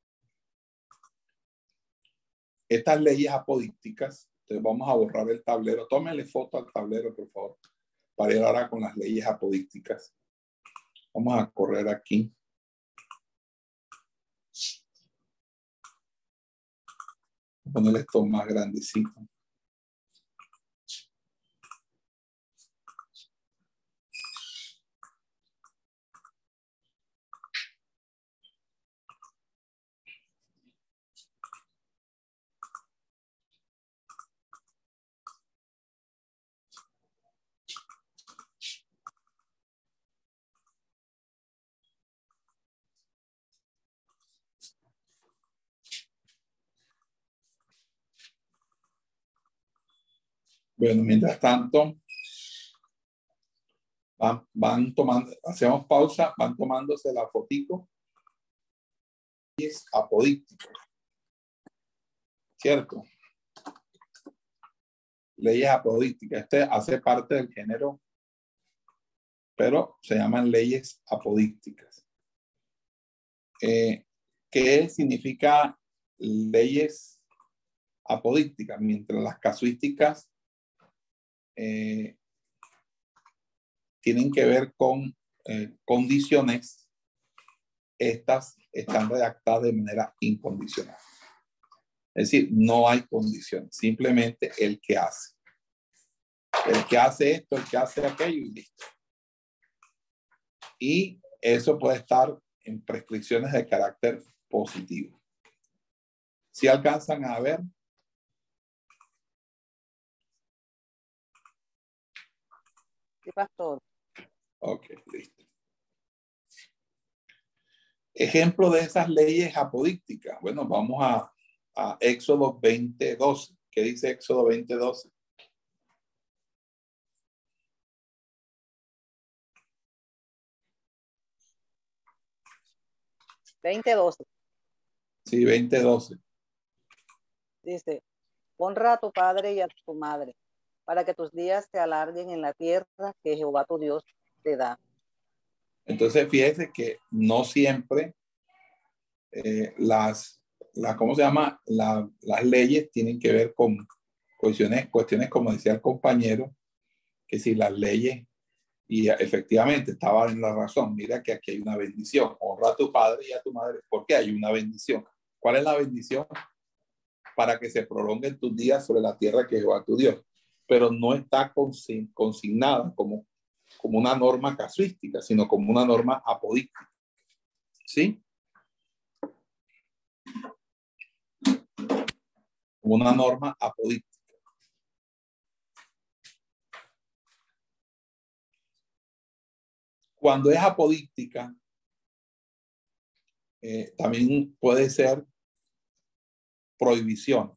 Estas leyes apodícticas, entonces vamos a borrar el tablero. Tómenle foto al tablero, por favor, para ir ahora con las leyes apodícticas. Vamos a correr aquí. Voy a ponerle esto más grandecito. Bueno, mientras tanto, van, van tomando, hacemos pausa, van tomándose la fotico. Es apodíctico, ¿cierto? Leyes apodícticas. Este hace parte del género, pero se llaman leyes apodícticas. Eh, ¿Qué significa leyes apodícticas? Mientras las casuísticas Eh, tienen que ver con eh, condiciones, estas están redactadas de manera incondicional. Es decir, no hay condiciones, simplemente el que hace. El que hace esto, el que hace aquello y listo. Y eso puede estar en prescripciones de carácter positivo. Si alcanzan a ver. Sí, pastor. Ok, listo. Ejemplo de esas leyes apodícticas. Bueno, vamos a, a Éxodo veinte doce. ¿Qué dice Éxodo veinte doce? veinte doce. Sí, veinte doce. Dice, honra a tu padre y a tu madre, para que tus días se alarguen en la tierra que Jehová tu Dios te da. Entonces, fíjese que no siempre eh, las, las, ¿cómo se llama? La, las leyes tienen que ver con cuestiones, cuestiones, como decía el compañero, que si las leyes, y efectivamente estaba en la razón, mira que aquí hay una bendición, honra a tu padre y a tu madre, porque hay una bendición. ¿Cuál es la bendición? Para que se prolonguen tus días sobre la tierra que Jehová tu Dios. Pero no está consignada como, como una norma casuística, sino como una norma apodíctica. ¿Sí? Como una norma apodíctica. Cuando es apodíctica, eh, también puede ser prohibiciones.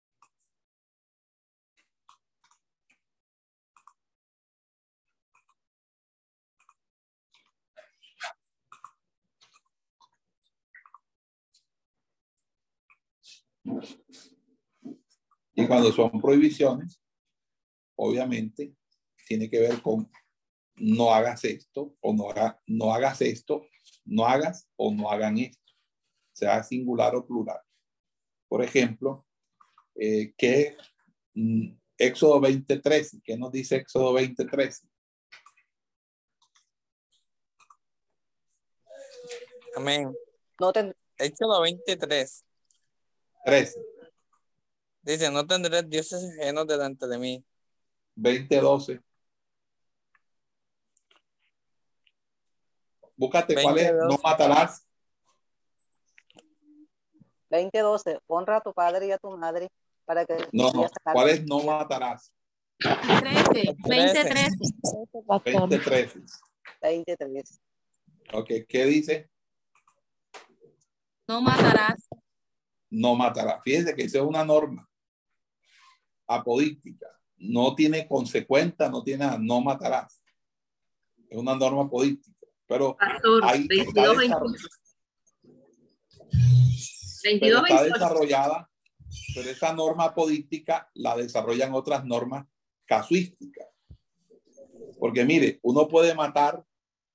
Y cuando son prohibiciones, obviamente, tiene que ver con no hagas esto o no, haga, no hagas esto, no hagas o no hagan esto, sea singular o plural. Por ejemplo, eh, que mm, Éxodo veinte trece, ¿qué nos dice Éxodo veinte trece? Amén. No ten... Éxodo veintitrés. trece. Dice, no tendré dioses ajenos delante de mí. veinte doce. Búscate cuál es, no matarás. veinte doce. Honra a tu padre y a tu madre para que... No, no. ¿Cuál es no matarás? trece. veinte trece. veinte trece. veinte trece. Ok, ¿qué dice? No matarás. No matarás. Fíjense que esa es una norma apodíctica. No tiene consecuencia, no tiene nada, no matarás. Es una norma apodíctica. Pero Pastor, ahí está, desarrollada, pero está desarrollada, pero esa norma apodíctica la desarrollan otras normas casuísticas. Porque mire, uno puede matar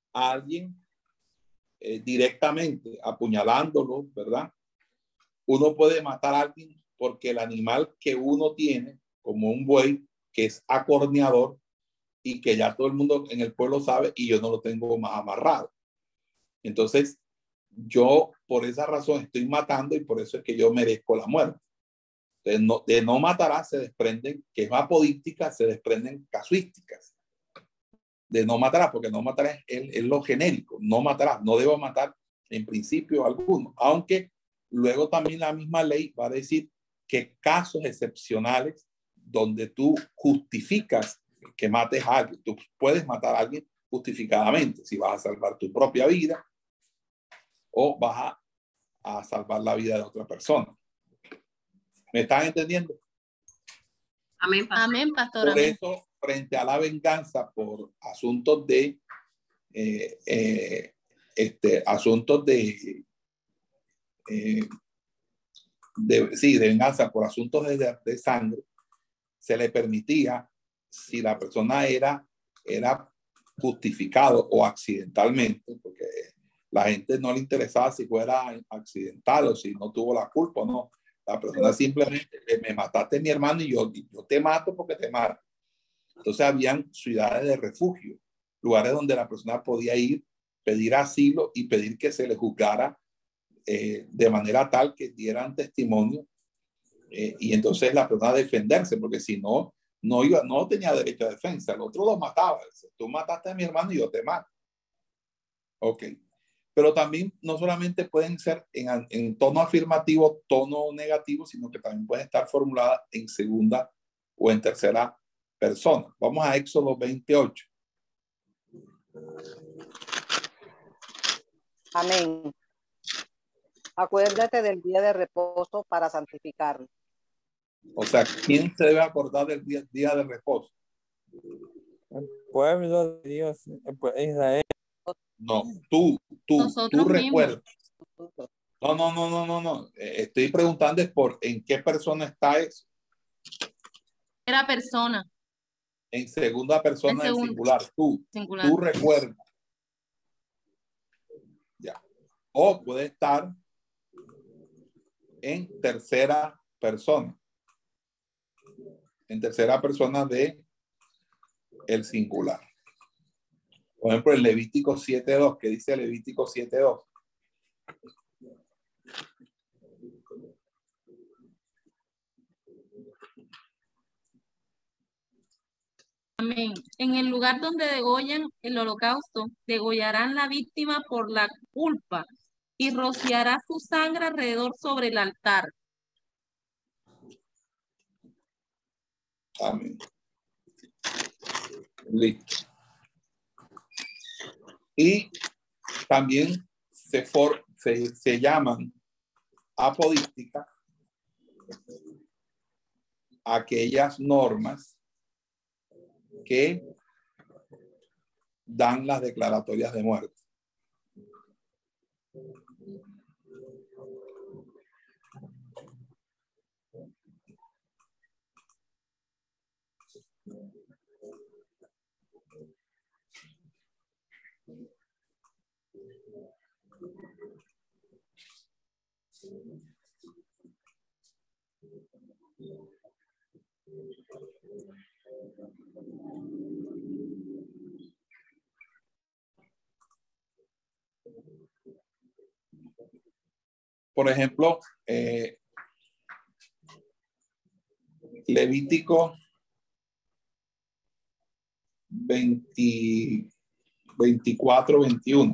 a alguien eh, directamente, apuñalándolo, ¿verdad? Uno puede matar a alguien porque el animal que uno tiene, como un buey, que es acorneador y que ya todo el mundo en el pueblo sabe y yo no lo tengo más amarrado. Entonces, yo por esa razón estoy matando y por eso es que yo merezco la muerte. Entonces, no, de no matará se desprenden, que es apodíctica, se desprenden casuísticas. De no matará, porque no matará es, es, es lo genérico, no matará, no debo matar en principio alguno, aunque luego también la misma ley va a decir que casos excepcionales donde tú justificas que mates a alguien, tú puedes matar a alguien justificadamente, si vas a salvar tu propia vida o vas a, a salvar la vida de otra persona. ¿Me están entendiendo? Amén, pastor. Amén, pastor. Por Amén. eso, frente a la venganza por asuntos de eh, eh, este, asuntos de, eh, de sí, de venganza por asuntos de, de sangre, se le permitía, si la persona era, era justificado o accidentalmente, porque la gente no le interesaba si fuera accidental o si no tuvo la culpa o no. La persona simplemente, me mataste a mi hermano y yo, yo te mato porque te mato. Entonces habían ciudades de refugio, lugares donde la persona podía ir, pedir asilo y pedir que se le juzgara eh, de manera tal que dieran testimonio eh, y entonces la persona defenderse, porque si no, no, iba, no tenía derecho a defensa. El otro lo mataba. Tú mataste a mi hermano y yo te mato. Ok. Pero también no solamente pueden ser en, en tono afirmativo, tono negativo, sino que también pueden estar formuladas en segunda o en tercera persona. Vamos a Éxodo veintiocho. Amén. Acuérdate del día de reposo para santificarlo. O sea, ¿quién se debe acordar del día, día de reposo? El pueblo de Dios, el pueblo de Israel. No, tú, tú, Nosotros tú mismos. recuerdas. No, no, no, no, no, no. Estoy preguntando es por en qué persona está eso. Era persona. En segunda persona en, en singular. Tú, singular. tú recuerdas. Ya. O puede estar en tercera persona. En tercera persona de el singular. Por ejemplo, el Levítico siete dos, que dice Levítico siete dos. Amén. En el lugar donde degollan el holocausto, degollarán la víctima por la culpa y rociará su sangre alrededor sobre el altar. Amén. Listo. Y también se, for, se, se llaman apodísticas aquellas normas que dan las declaratorias de muerte. Por ejemplo, eh, Levítico veinte, veinticuatro, veintiuno.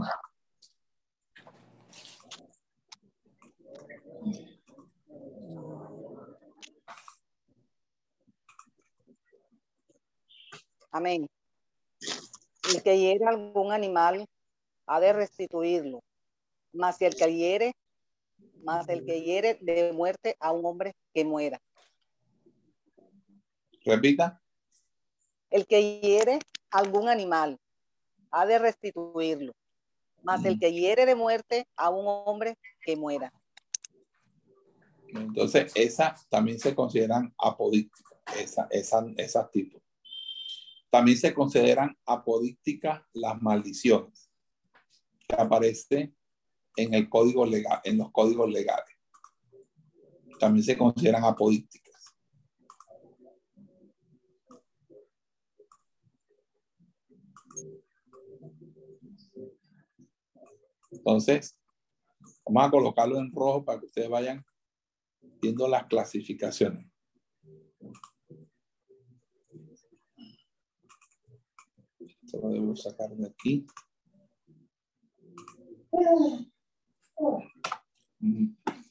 Amén. El que hiere algún animal ha de restituirlo, mas el que hiere, mas el que hiere de muerte a un hombre que muera. Repita. El que hiere algún animal ha de restituirlo, mas el que hiere de muerte a un hombre que muera. Entonces, esas también se consideran apodícticas, esa, esa, esas tipos. También se consideran apodícticas las maldiciones. que aparece en el código legal, en los códigos legales. También se consideran apodícticas. Entonces, vamos a colocarlo en rojo para que ustedes vayan viendo las clasificaciones. Esto lo debo sacar de aquí. Mm.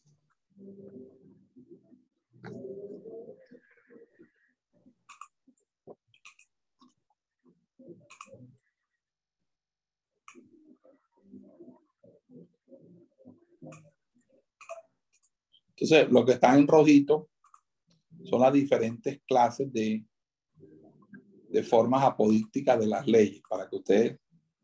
Entonces, lo que está en rojito son las diferentes clases de, de formas apodícticas de las leyes, para que ustedes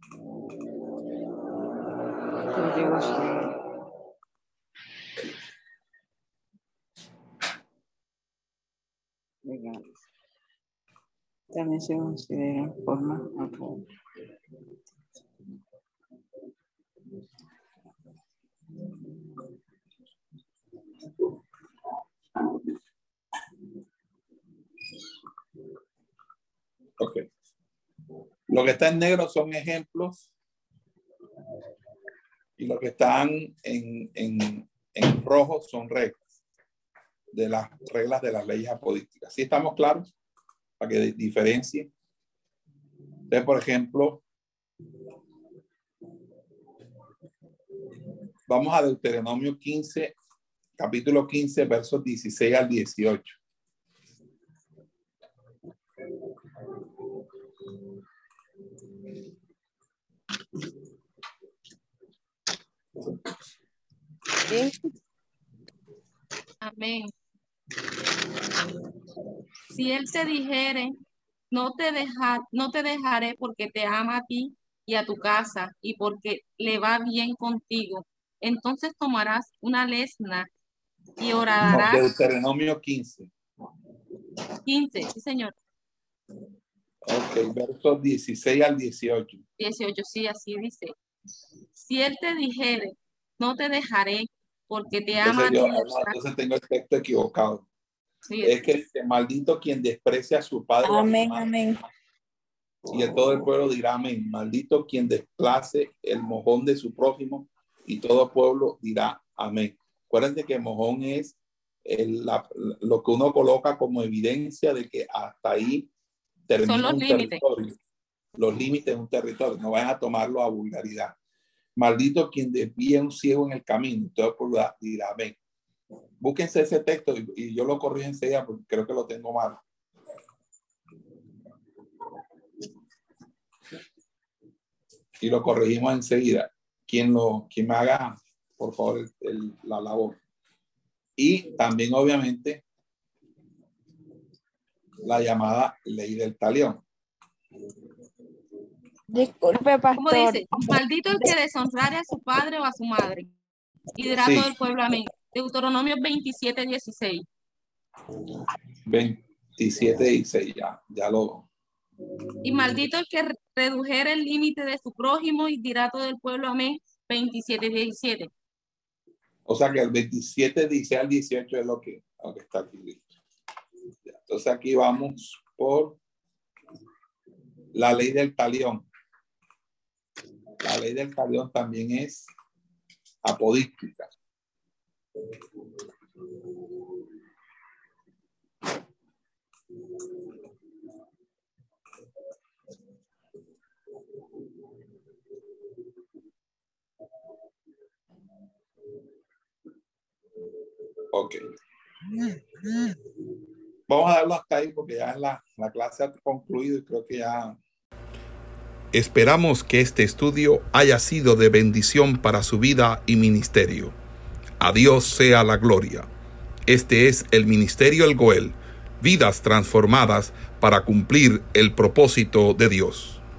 también se consideran formas apodícticas. Ok. Lo que está en negro son ejemplos y lo que están en, en, en rojo son reglas de las reglas de las leyes apodícticas. ¿Sí estamos claros? Para que diferencie. Entonces, por ejemplo, vamos a Deuteronomio quince, capítulo quince, versos dieciséis al dieciocho. Amén. Si él te dijere, no te dejar, no te dejaré porque te ama a ti y a tu casa y porque le va bien contigo, entonces tomarás una lesna y orarás. No, Deuteronomio quince. quince, sí señor. Ok, versos dieciséis al dieciocho. dieciocho, sí, así dice. Si él te dijere, no te dejaré porque te ama. Entonces, yo, no, entonces tengo el texto equivocado. Sí, es que dice, maldito quien desprecia a su padre. Amén, a su amén. Y el todo el pueblo dirá amén. Maldito quien desplace el mojón de su prójimo, y todo el pueblo dirá amén. Acuérdense que mojón es el, la, lo que uno coloca como evidencia de que hasta ahí termina Son los un límites. territorio. Los límites de un territorio. No vayan a tomarlo a vulgaridad. Maldito quien desvíe a un ciego en el camino, todo el pueblo dirá amén. Búsquense ese texto y, y yo lo corrijo enseguida porque creo que lo tengo mal. Y lo corregimos enseguida. Quien, lo, quien me haga, por favor, el, el, la labor. Y también, obviamente, la llamada ley del talión. Disculpe, pastor. ¿Cómo dice? Maldito el que deshonrare a su padre o a su madre. Y dirá Sí. todo el pueblo amén. Deuteronomio veintisiete, dieciséis. veintisiete, dieciséis, ya, ya lo. Y maldito el que redujere el límite de su prójimo y dirá todo el pueblo amén. veintisiete, diecisiete. O sea que el veintisiete, dieciséis al dieciocho es lo que, lo que está aquí listo. Entonces aquí vamos por la ley del talión. La ley del talión también es apodíctica. Ok. Vamos a darlo hasta ahí porque ya la, la clase ha concluido y creo que ya... Esperamos que este estudio haya sido de bendición para su vida y ministerio. A Dios sea la gloria. Este es el Ministerio El Goel, vidas transformadas para cumplir el propósito de Dios.